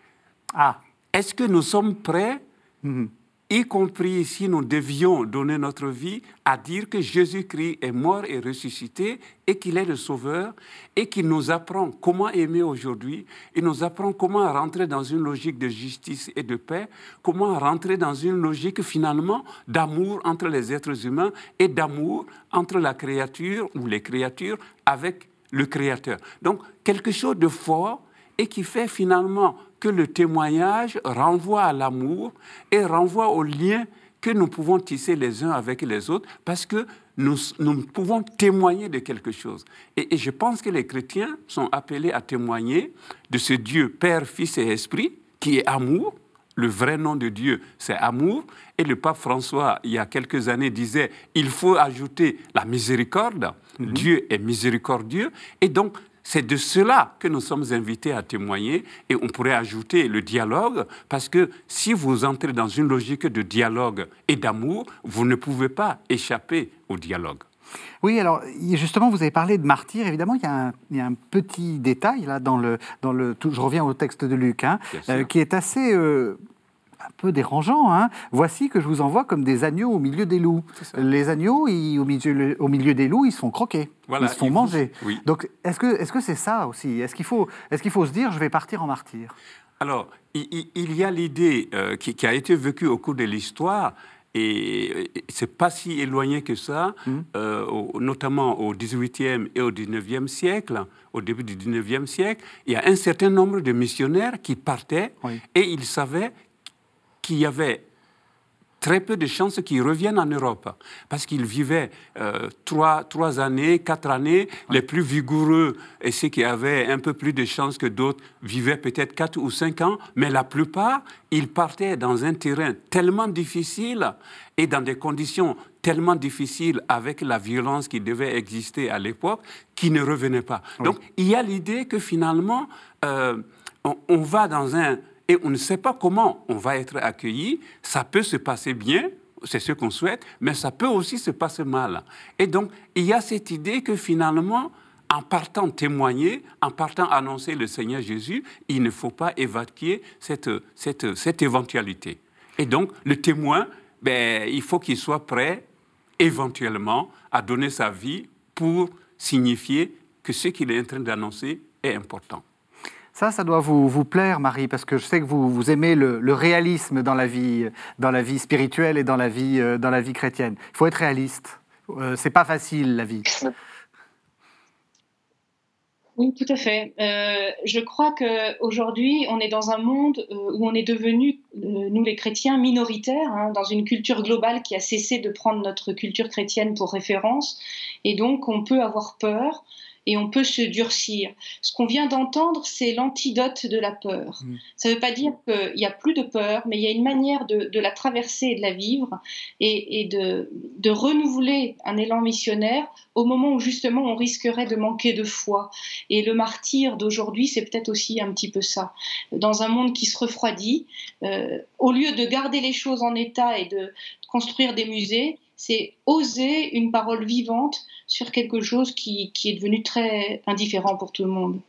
Ah. Est-ce que nous sommes prêts, Mmh. y compris si nous devions donner notre vie, à dire que Jésus-Christ est mort et ressuscité et qu'il est le Sauveur et qu'il nous apprend comment aimer aujourd'hui, il nous apprend comment rentrer dans une logique de justice et de paix, comment rentrer dans une logique finalement d'amour entre les êtres humains et d'amour entre la créature ou les créatures avec le Créateur. Donc, quelque chose de fort et qui fait finalement que le témoignage renvoie à l'amour et renvoie au lien que nous pouvons tisser les uns avec les autres parce que nous, nous pouvons témoigner de quelque chose. Et, et je pense que les chrétiens sont appelés à témoigner de ce Dieu Père, Fils et Esprit qui est amour. Le vrai nom de Dieu, c'est amour. Et le pape François, il y a quelques années, disait « il faut ajouter la miséricorde. Mm-hmm. Dieu est miséricordieux. » Et donc, c'est de cela que nous sommes invités à témoigner et on pourrait ajouter le dialogue parce que si vous entrez dans une logique de dialogue et d'amour, vous ne pouvez pas échapper au dialogue. Oui, alors justement, vous avez parlé de martyr. Évidemment, il y a un, il y a un petit détail là dans le, dans le. Je reviens au texte de Luc, hein, euh, qui est assez euh, un peu dérangeant. Hein. Voici que je vous envoie comme des agneaux au milieu des loups. Les agneaux, ils, au, milieu, au milieu des loups, ils se font croquer, voilà, ils se font ils manger. Vous... Oui. Donc, est-ce que, est-ce que c'est ça aussi? Est-ce qu'il faut, est-ce qu'il faut se dire, je vais partir en martyr? Alors, il, il y a l'idée euh, qui, qui a été vécue au cours de l'histoire. Et c'est pas si éloigné que ça, mmh. euh, au, notamment au dix-huitième et au dix-neuvième siècle, au début du dix-neuvième siècle, il y a un certain nombre de missionnaires qui partaient oui. et ils savaient qu'il y avait très peu de chances qu'ils reviennent en Europe, parce qu'ils vivaient euh, trois, trois années, quatre années, ouais. Les plus vigoureux et ceux qui avaient un peu plus de chances que d'autres vivaient peut-être quatre ou cinq ans, mais la plupart, ils partaient dans un terrain tellement difficile et dans des conditions tellement difficiles avec la violence qui devait exister à l'époque, qu'ils ne revenaient pas. Oui. Donc, il y a l'idée que finalement, euh, on, on va dans un... Et on ne sait pas comment on va être accueilli. Ça peut se passer bien, c'est ce qu'on souhaite, mais ça peut aussi se passer mal. Et donc, il y a cette idée que finalement, en partant témoigner, en partant annoncer le Seigneur Jésus, il ne faut pas évacuer cette, cette, cette éventualité. Et donc, le témoin, ben, il faut qu'il soit prêt, éventuellement, à donner sa vie pour signifier que ce qu'il est en train d'annoncer est important. Ça, ça doit vous, vous plaire, Marie, parce que je sais que vous, vous aimez le, le réalisme dans la vie, dans la vie spirituelle et dans la vie, euh, dans la vie chrétienne. Il faut être réaliste. Euh, c'est pas facile, la vie. Oui, tout à fait. Euh, je crois qu'aujourd'hui, on est dans un monde où on est devenu, euh, nous les chrétiens, minoritaires, hein, dans une culture globale qui a cessé de prendre notre culture chrétienne pour référence. Et donc, on peut avoir peur. Et on peut se durcir. Ce qu'on vient d'entendre, c'est l'antidote de la peur. Mmh. Ça ne veut pas dire qu'il n'y a plus de peur, mais il y a une manière de, de la traverser et de la vivre et, et de, de renouveler un élan missionnaire au moment où justement on risquerait de manquer de foi. Et le martyr d'aujourd'hui, c'est peut-être aussi un petit peu ça. Dans un monde qui se refroidit, euh, au lieu de garder les choses en état et de construire des musées, c'est oser une parole vivante sur quelque chose qui, qui est devenu très indifférent pour tout le monde.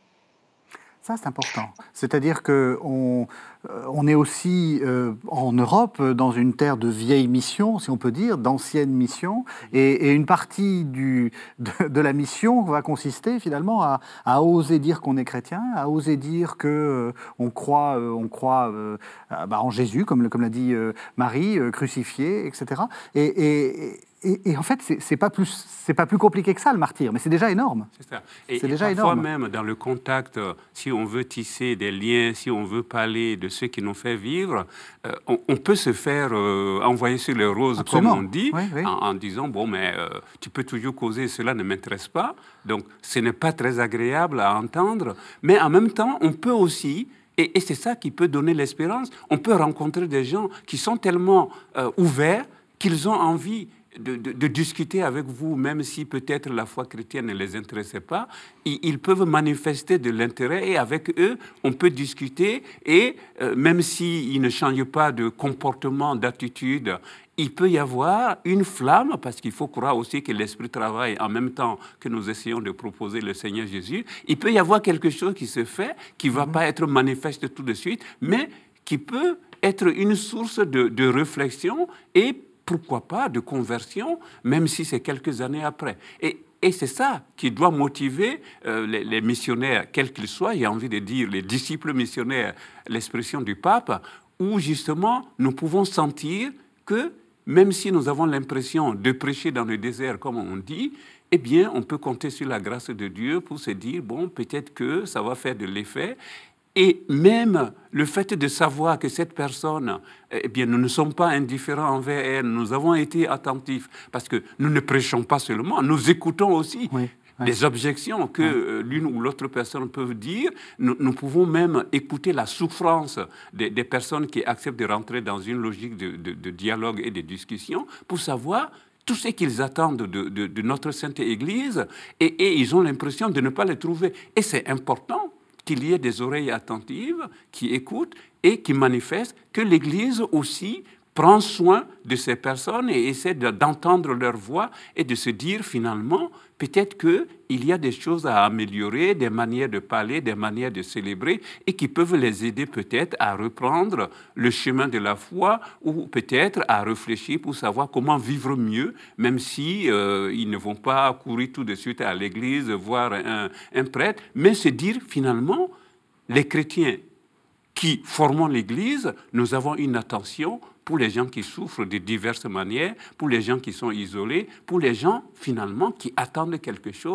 Ça, c'est important. C'est-à-dire qu'on on est aussi euh, en Europe dans une terre de vieilles missions, si on peut dire, d'anciennes missions, et, et une partie du, de, de la mission va consister finalement à, à oser dire qu'on est chrétien, à oser dire qu'on euh, croit, euh, on croit euh, bah, en Jésus, comme, comme l'a dit euh, Marie, euh, crucifié, et cetera. Et, et, et, et en fait, c'est, c'est pas plus, c'est pas plus compliqué que ça, le martyr, mais c'est déjà énorme. C'est ça. Et, c'est et déjà parfois énorme. même dans le contact, si on veut tisser des liens, si on veut parler de ceux qui nous fait vivre, euh, on, on peut se faire euh, envoyer sur les roses, Absolument. Comme on dit, oui, oui. En, en disant, bon, mais euh, tu peux toujours causer, cela ne m'intéresse pas. Donc, ce n'est pas très agréable à entendre. Mais en même temps, on peut aussi... Et, et c'est ça qui peut donner l'espérance. On peut rencontrer des gens qui sont tellement euh, ouverts qu'ils ont envie de, de, de discuter avec vous, même si peut-être la foi chrétienne ne les intéressait pas. Ils, ils peuvent manifester de l'intérêt et avec eux, on peut discuter. Et euh, même s'ils ne changent pas de comportement, d'attitude, il peut y avoir une flamme, parce qu'il faut croire aussi que l'Esprit travaille en même temps que nous essayons de proposer le Seigneur Jésus. Il peut y avoir quelque chose qui se fait, qui ne va pas être manifeste tout de suite, mais qui peut être une source de, de réflexion et pourquoi pas de conversion, même si c'est quelques années après. Et, et c'est ça qui doit motiver euh, les, les missionnaires, quels qu'ils soient, j'ai envie de dire les disciples missionnaires, l'expression du pape, où justement nous pouvons sentir que même si nous avons l'impression de prêcher dans le désert, comme on dit, eh bien, on peut compter sur la grâce de Dieu pour se dire, bon, peut-être que ça va faire de l'effet. Et même le fait de savoir que cette personne, eh bien, nous ne sommes pas indifférents envers elle, nous avons été attentifs, parce que nous ne prêchons pas seulement, nous écoutons aussi. Oui. Des objections que euh, l'une ou l'autre personne peut dire. Nous, nous pouvons même écouter la souffrance des, des personnes qui acceptent de rentrer dans une logique de, de, de dialogue et de discussion pour savoir tout ce qu'ils attendent de, de, de notre Sainte Église et, et ils ont l'impression de ne pas les trouver. Et c'est important qu'il y ait des oreilles attentives qui écoutent et qui manifestent que l'Église aussi prend soin de ces personnes et essaie de, d'entendre leur voix et de se dire finalement, peut-être qu'il y a des choses à améliorer, des manières de parler, des manières de célébrer et qui peuvent les aider peut-être à reprendre le chemin de la foi ou peut-être à réfléchir pour savoir comment vivre mieux, même si euh, ils ne vont pas courir tout de suite à l'église, voir un, un prêtre, mais se dire finalement, les chrétiens qui formons l'Église, nous avons une attention pour les gens qui souffrent de diverses manières, pour les gens qui sont isolés, pour les gens, finalement, qui attendent quelque chose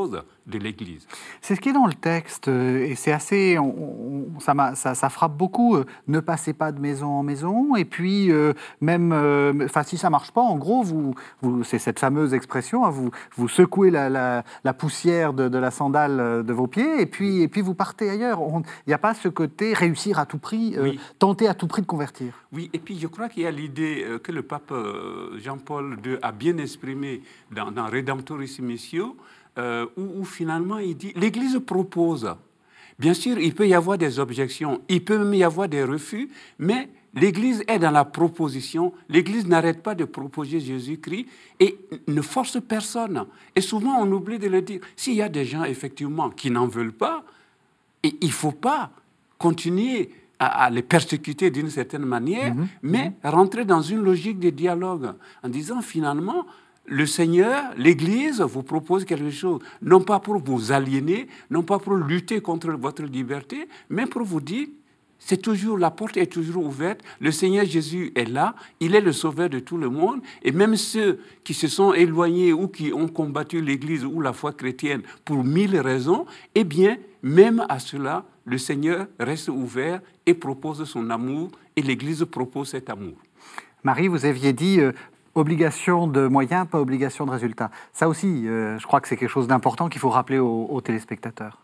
de l'Église. C'est ce qui est dans le texte, et c'est assez, on, on, ça, ça, ça frappe beaucoup. Euh, ne passez pas de maison en maison, et puis euh, même, enfin euh, si ça marche pas, en gros, vous, vous, c'est cette fameuse expression, hein, vous, vous secouez la, la, la poussière de, de la sandale de vos pieds, et puis, et puis vous partez ailleurs. Il n'y a pas ce côté réussir à tout prix, euh, oui. tenter à tout prix de convertir. Oui, et puis je crois qu'il y a l'idée que le pape Jean-Paul deux a bien exprimée dans, dans Redemptoris Missio, Euh, où, où finalement il dit, l'Église propose. Bien sûr, il peut y avoir des objections, il peut même y avoir des refus, mais l'Église est dans la proposition. L'Église n'arrête pas de proposer Jésus-Christ et ne force personne. Et souvent, on oublie de le dire. S'il y a des gens, effectivement, qui n'en veulent pas, et il ne faut pas continuer à, à les persécuter d'une certaine manière, mmh, mais mmh. rentrer dans une logique de dialogue en disant, finalement, le Seigneur, l'Église vous propose quelque chose, non pas pour vous aliéner, non pas pour lutter contre votre liberté, mais pour vous dire, c'est toujours, la porte est toujours ouverte, le Seigneur Jésus est là, il est le sauveur de tout le monde, et même ceux qui se sont éloignés ou qui ont combattu l'Église ou la foi chrétienne pour mille raisons, eh bien, même à cela, le Seigneur reste ouvert et propose son amour, et l'Église propose cet amour. Marie, vous aviez dit... Euh... Obligation de moyens, pas obligation de résultats. Ça aussi, euh, je crois que c'est quelque chose d'important qu'il faut rappeler aux, aux téléspectateurs.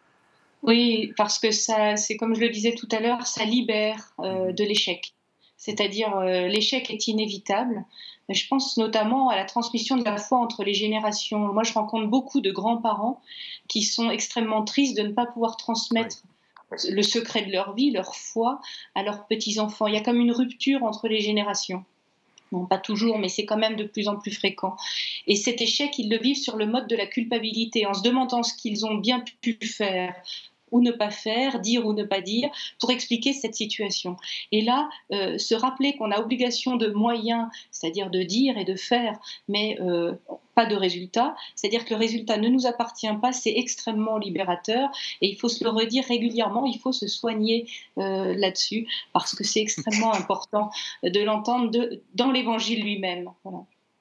Oui, parce que ça, c'est comme je le disais tout à l'heure, ça libère euh, de l'échec. C'est-à-dire, euh, l'échec est inévitable. Je pense notamment à la transmission de la foi entre les générations. Moi, je rencontre beaucoup de grands-parents qui sont extrêmement tristes de ne pas pouvoir transmettre oui. le secret de leur vie, leur foi, à leurs petits-enfants. Il y a comme une rupture entre les générations. Non, pas toujours, mais c'est quand même de plus en plus fréquent. Et cet échec, ils le vivent sur le mode de la culpabilité, en se demandant ce qu'ils ont bien pu faire ou ne pas faire, dire ou ne pas dire, pour expliquer cette situation. Et là, euh, se rappeler qu'on a obligation de moyens, c'est-à-dire de dire et de faire, mais euh, pas de résultat, c'est-à-dire que le résultat ne nous appartient pas, c'est extrêmement libérateur, et il faut se le redire régulièrement, il faut se soigner euh, là-dessus, parce que c'est extrêmement important de l'entendre de, dans l'Évangile lui-même. Voilà.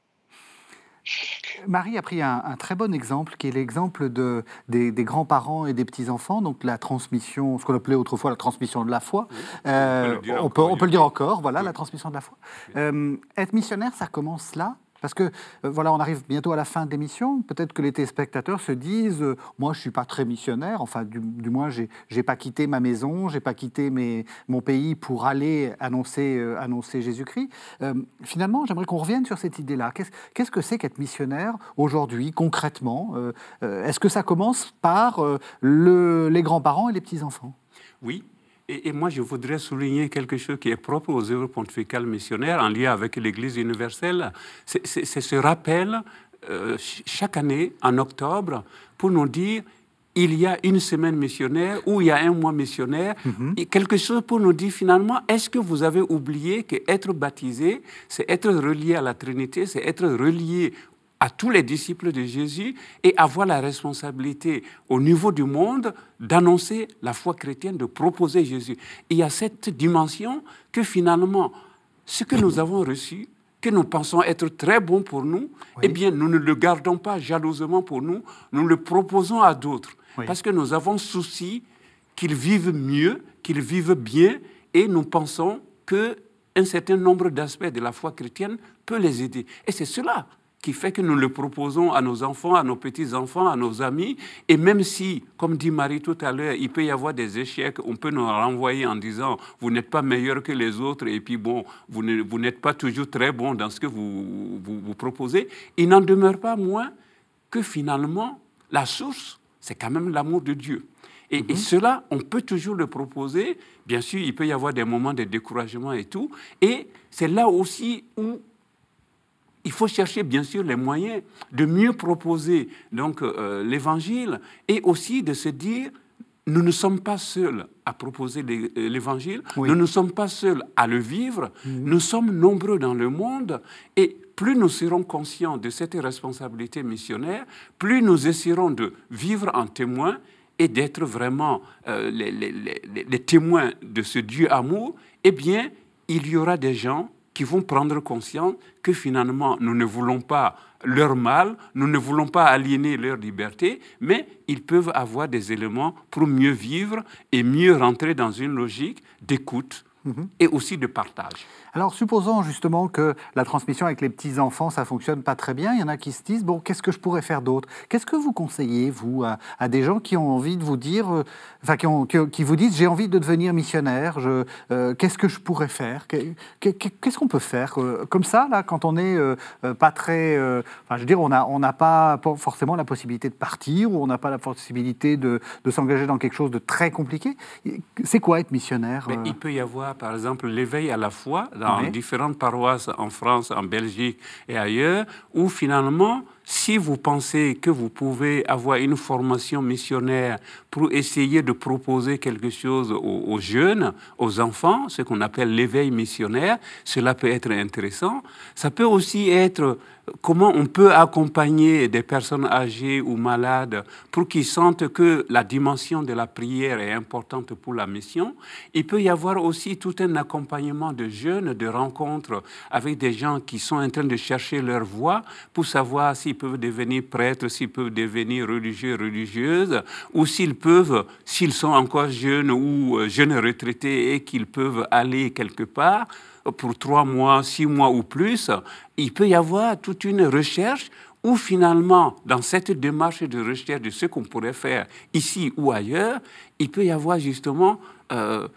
Marie a pris un, un très bon exemple, qui est l'exemple de, des, des grands-parents et des petits-enfants, donc la transmission, ce qu'on appelait autrefois la transmission de la foi. Oui, euh, on, peut on, peut, on peut le dire encore, voilà, oui. la transmission de la foi. Oui. Euh, être missionnaire, ça commence là. Parce que, euh, voilà, on arrive bientôt à la fin de l'émission. Peut-être que les téléspectateurs se disent euh, « Moi, je ne suis pas très missionnaire. Enfin, du, du moins, je n'ai pas quitté ma maison, je n'ai pas quitté mes, mon pays pour aller annoncer, euh, annoncer Jésus-Christ. Euh, » Finalement, j'aimerais qu'on revienne sur cette idée-là. Qu'est-ce, qu'est-ce que c'est qu'être missionnaire aujourd'hui, concrètement euh, euh, Est-ce que ça commence par euh, le, les grands-parents et les petits-enfants ? Oui. Et, et moi, je voudrais souligner quelque chose qui est propre aux œuvres pontificales missionnaires en lien avec l'Église universelle. C'est, c'est, c'est ce rappel euh, chaque année, en octobre, pour nous dire il y a une semaine missionnaire ou il y a un mois missionnaire, mm-hmm. et quelque chose pour nous dire finalement, est-ce que vous avez oublié qu'être baptisé, c'est être relié à la Trinité, c'est être relié à tous les disciples de Jésus et avoir la responsabilité au niveau du monde d'annoncer la foi chrétienne, de proposer Jésus. Et il y a cette dimension que finalement, ce que nous avons reçu, que nous pensons être très bon pour nous, oui. eh bien, nous ne le gardons pas jalousement pour nous, nous le proposons à d'autres. Oui. Parce que nous avons souci qu'ils vivent mieux, qu'ils vivent bien, et nous pensons qu'un certain nombre d'aspects de la foi chrétienne peut les aider. Et c'est cela qui fait que nous le proposons à nos enfants, à nos petits-enfants, à nos amis. Et même si, comme dit Marie tout à l'heure, il peut y avoir des échecs, on peut nous renvoyer en disant « vous n'êtes pas meilleur que les autres et puis bon, vous, ne, vous n'êtes pas toujours très bon dans ce que vous, vous, vous proposez », il n'en demeure pas moins que finalement, la source, c'est quand même l'amour de Dieu. Et, mm-hmm. et cela, on peut toujours le proposer. Bien sûr, il peut y avoir des moments de découragement et tout. Et c'est là aussi où il faut chercher, bien sûr, les moyens de mieux proposer donc, euh, l'Évangile et aussi de se dire, nous ne sommes pas seuls à proposer l'Évangile, oui. nous ne sommes pas seuls à le vivre, mmh. nous sommes nombreux dans le monde et plus nous serons conscients de cette responsabilité missionnaire, plus nous essaierons de vivre en témoin et d'être vraiment euh, les, les, les, les témoins de ce Dieu amour, eh bien, il y aura des gens qui vont prendre conscience que finalement, nous ne voulons pas leur mal, nous ne voulons pas aliéner leur liberté, mais ils peuvent avoir des éléments pour mieux vivre et mieux rentrer dans une logique d'écoute mmh. et aussi de partage. Alors, supposons justement que la transmission avec les petits-enfants, ça ne fonctionne pas très bien. Il y en a qui se disent, bon, qu'est-ce que je pourrais faire d'autre? Qu'est-ce que vous conseillez, vous, à, à des gens qui ont envie de vous dire, euh, enfin, qui, ont, qui, qui vous disent, j'ai envie de devenir missionnaire, je, euh, qu'est-ce que je pourrais faire? Qu'est-ce qu'on peut faire euh, comme ça, là, quand on n'est euh, pas très... Euh, enfin, je veux dire, on n'a on n'a pas forcément la possibilité de partir, ou on n'a pas la possibilité de, de s'engager dans quelque chose de très compliqué. C'est quoi être missionnaire? Mais il peut y avoir, par exemple, l'éveil à la foi, dans oui. différentes paroisses en France, en Belgique et ailleurs, où finalement, si vous pensez que vous pouvez avoir une formation missionnaire pour essayer de proposer quelque chose aux, aux jeunes, aux enfants, ce qu'on appelle l'éveil missionnaire, cela peut être intéressant. Ça peut aussi être comment on peut accompagner des personnes âgées ou malades pour qu'ils sentent que la dimension de la prière est importante pour la mission. Il peut y avoir aussi tout un accompagnement de jeunes, de rencontres avec des gens qui sont en train de chercher leur voie pour savoir s'ils peuvent devenir prêtres, s'ils peuvent devenir religieux, religieuses, ou s'ils peuvent, s'ils sont encore jeunes ou jeunes retraités et qu'ils peuvent aller quelque part pour trois mois, six mois ou plus. Il peut y avoir toute une recherche où finalement, dans cette démarche de recherche de ce qu'on pourrait faire ici ou ailleurs, il peut y avoir justement euh,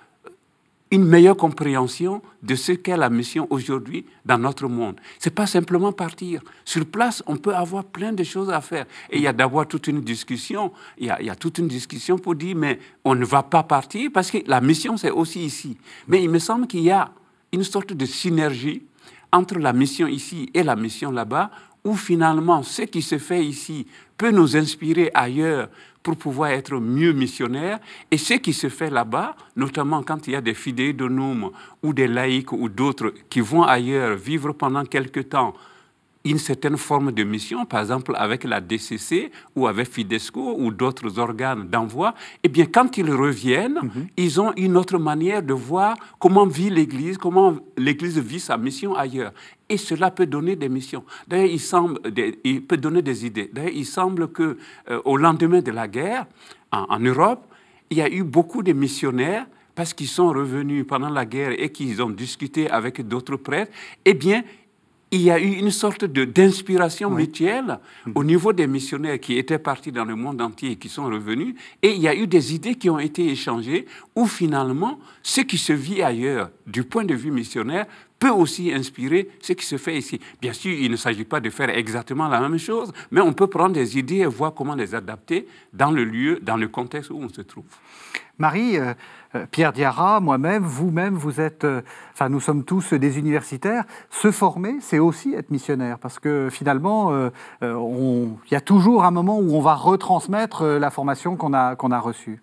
une meilleure compréhension de ce qu'est la mission aujourd'hui dans notre monde. Ce n'est pas simplement partir. Sur place, on peut avoir plein de choses à faire. Et il y a d'abord toute une discussion. Il y a, il y a toute une discussion pour dire, mais on ne va pas partir parce que la mission, c'est aussi ici. Mais il me semble qu'il y a une sorte de synergie entre la mission ici et la mission là-bas, où finalement, ce qui se fait ici peut nous inspirer ailleurs pour pouvoir être mieux missionnaires, et ce qui se fait là-bas, notamment quand il y a des fidei donum ou des laïcs ou d'autres qui vont ailleurs vivre pendant quelque temps une certaine forme de mission, par exemple avec la D C C ou avec Fidesco ou d'autres organes d'envoi, eh bien quand ils reviennent, mm-hmm. ils ont une autre manière de voir comment vit l'Église, comment l'Église vit sa mission ailleurs. Et cela peut donner des missions. D'ailleurs, il, semble, il peut donner des idées. D'ailleurs, il semble qu'au euh, lendemain de la guerre, en, en Europe, il y a eu beaucoup de missionnaires parce qu'ils sont revenus pendant la guerre et qu'ils ont discuté avec d'autres prêtres. Eh bien, il y a eu une sorte de, d'inspiration oui. mutuelle au niveau des missionnaires qui étaient partis dans le monde entier et qui sont revenus. Et il y a eu des idées qui ont été échangées où finalement, ce qui se vit ailleurs du point de vue missionnaire peut aussi inspirer ce qui se fait ici. Bien sûr, il ne s'agit pas de faire exactement la même chose, mais on peut prendre des idées et voir comment les adapter dans le lieu, dans le contexte où on se trouve. Marie, euh, Pierre Diarra, moi-même, vous-même, vous êtes, euh, enfin, nous sommes tous des universitaires. Se former, c'est aussi être missionnaire, parce que finalement, euh, euh, on, il y a toujours un moment où on va retransmettre la formation qu'on a, qu'on a reçue.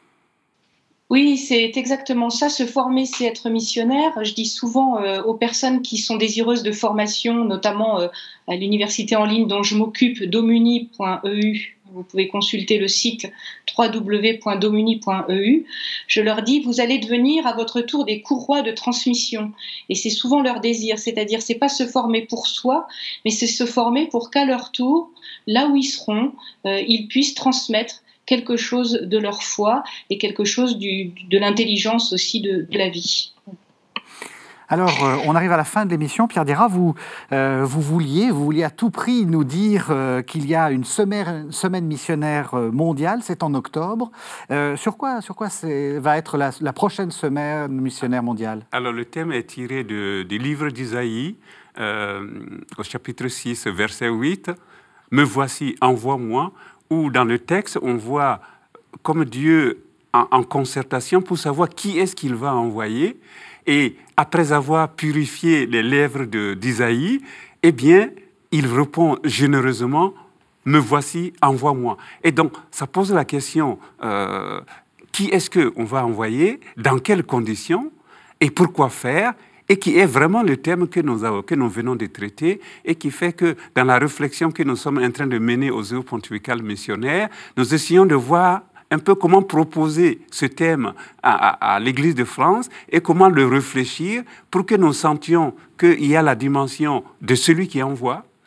Oui, c'est exactement ça. Se former, c'est être missionnaire. Je dis souvent euh, aux personnes qui sont désireuses de formation, notamment euh, à l'université en ligne dont je m'occupe, domuni point e u, vous pouvez consulter le site w w w point domuni point e u, je leur dis, vous allez devenir à votre tour des courroies de transmission. Et c'est souvent leur désir, c'est-à-dire c'est pas se former pour soi, mais c'est se former pour qu'à leur tour, là où ils seront, euh, ils puissent transmettre quelque chose de leur foi et quelque chose du, de l'intelligence aussi de, de la vie. Alors, euh, on arrive à la fin de l'émission. Pierre Diarra, vous, euh, vous, vouliez, vous vouliez à tout prix nous dire euh, qu'il y a une semaine, semaine missionnaire mondiale, c'est en octobre. Euh, sur quoi, sur quoi c'est, va être la, la prochaine semaine missionnaire mondiale? Alors, le thème est tiré de, du livre d'Isaïe, euh, au chapitre six, verset huit. « Me voici, envoie-moi » où dans le texte, on voit comme Dieu en, en concertation pour savoir qui est-ce qu'il va envoyer. Et après avoir purifié les lèvres de, d'Isaïe, eh bien, il répond généreusement, « Me voici, envoie-moi ». Et donc, ça pose la question, euh, qui est-ce qu'on va envoyer, dans quelles conditions et pourquoi faire, et qui est vraiment le thème que nous, avons, que nous venons de traiter et qui fait que dans la réflexion que nous sommes en train de mener aux œuvres pontificales missionnaires, nous essayons de voir un peu comment proposer ce thème à, à, à l'Église de France et comment le réfléchir pour que nous sentions qu'il y a la dimension de celui qui envoie,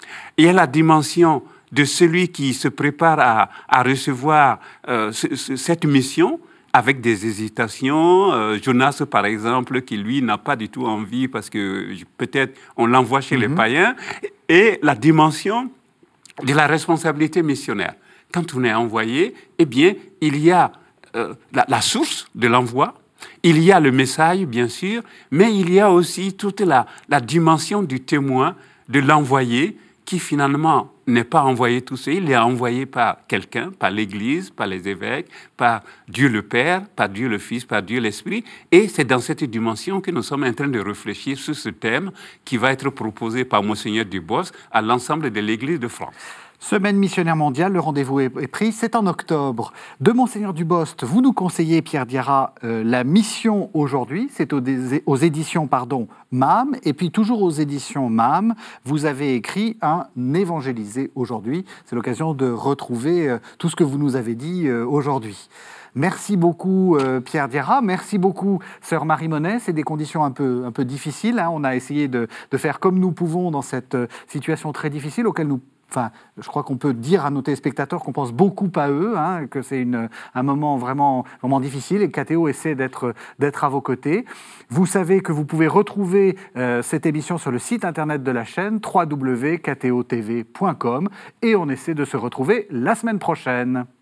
Il y a la dimension de celui qui se prépare à, à recevoir euh, ce, ce, cette mission avec des hésitations. Euh, Jonas, par exemple, qui lui n'a pas du tout envie parce que peut-être on l'envoie chez mm-hmm. les païens. Et la dimension de la responsabilité missionnaire. Quand on est envoyé, eh bien, il y a euh, la, la source de l'envoi, il y a le message, bien sûr, mais il y a aussi toute la, la dimension du témoin, de l'envoyé, qui finalement n'est pas envoyé tout seul, il est envoyé par quelqu'un, par l'Église, par les évêques, par Dieu le Père, par Dieu le Fils, par Dieu l'Esprit. Et c'est dans cette dimension que nous sommes en train de réfléchir sur ce thème qui va être proposé par Monseigneur Dubos à l'ensemble de l'Église de France. Semaine missionnaire mondiale, le rendez-vous est pris, c'est en octobre. De Monseigneur Dubost, vous nous conseillez, Pierre Diarra, euh, la mission aujourd'hui, c'est aux, aux éditions pardon, M A M, et puis toujours aux éditions M A M, vous avez écrit un évangélisé aujourd'hui. C'est l'occasion de retrouver euh, tout ce que vous nous avez dit euh, aujourd'hui. Merci beaucoup euh, Pierre Diarra, merci beaucoup Sœur Marie Monet. C'est des conditions un peu, un peu difficiles, hein. On a essayé de, de faire comme nous pouvons dans cette euh, situation très difficile auquel nous Enfin, je crois qu'on peut dire à nos téléspectateurs qu'on pense beaucoup à eux, hein, que c'est une, un moment vraiment, vraiment difficile et que K T O essaie d'être, d'être à vos côtés. Vous savez que vous pouvez retrouver euh, cette émission sur le site internet de la chaîne w w w point k t o t v point com et on essaie de se retrouver la semaine prochaine.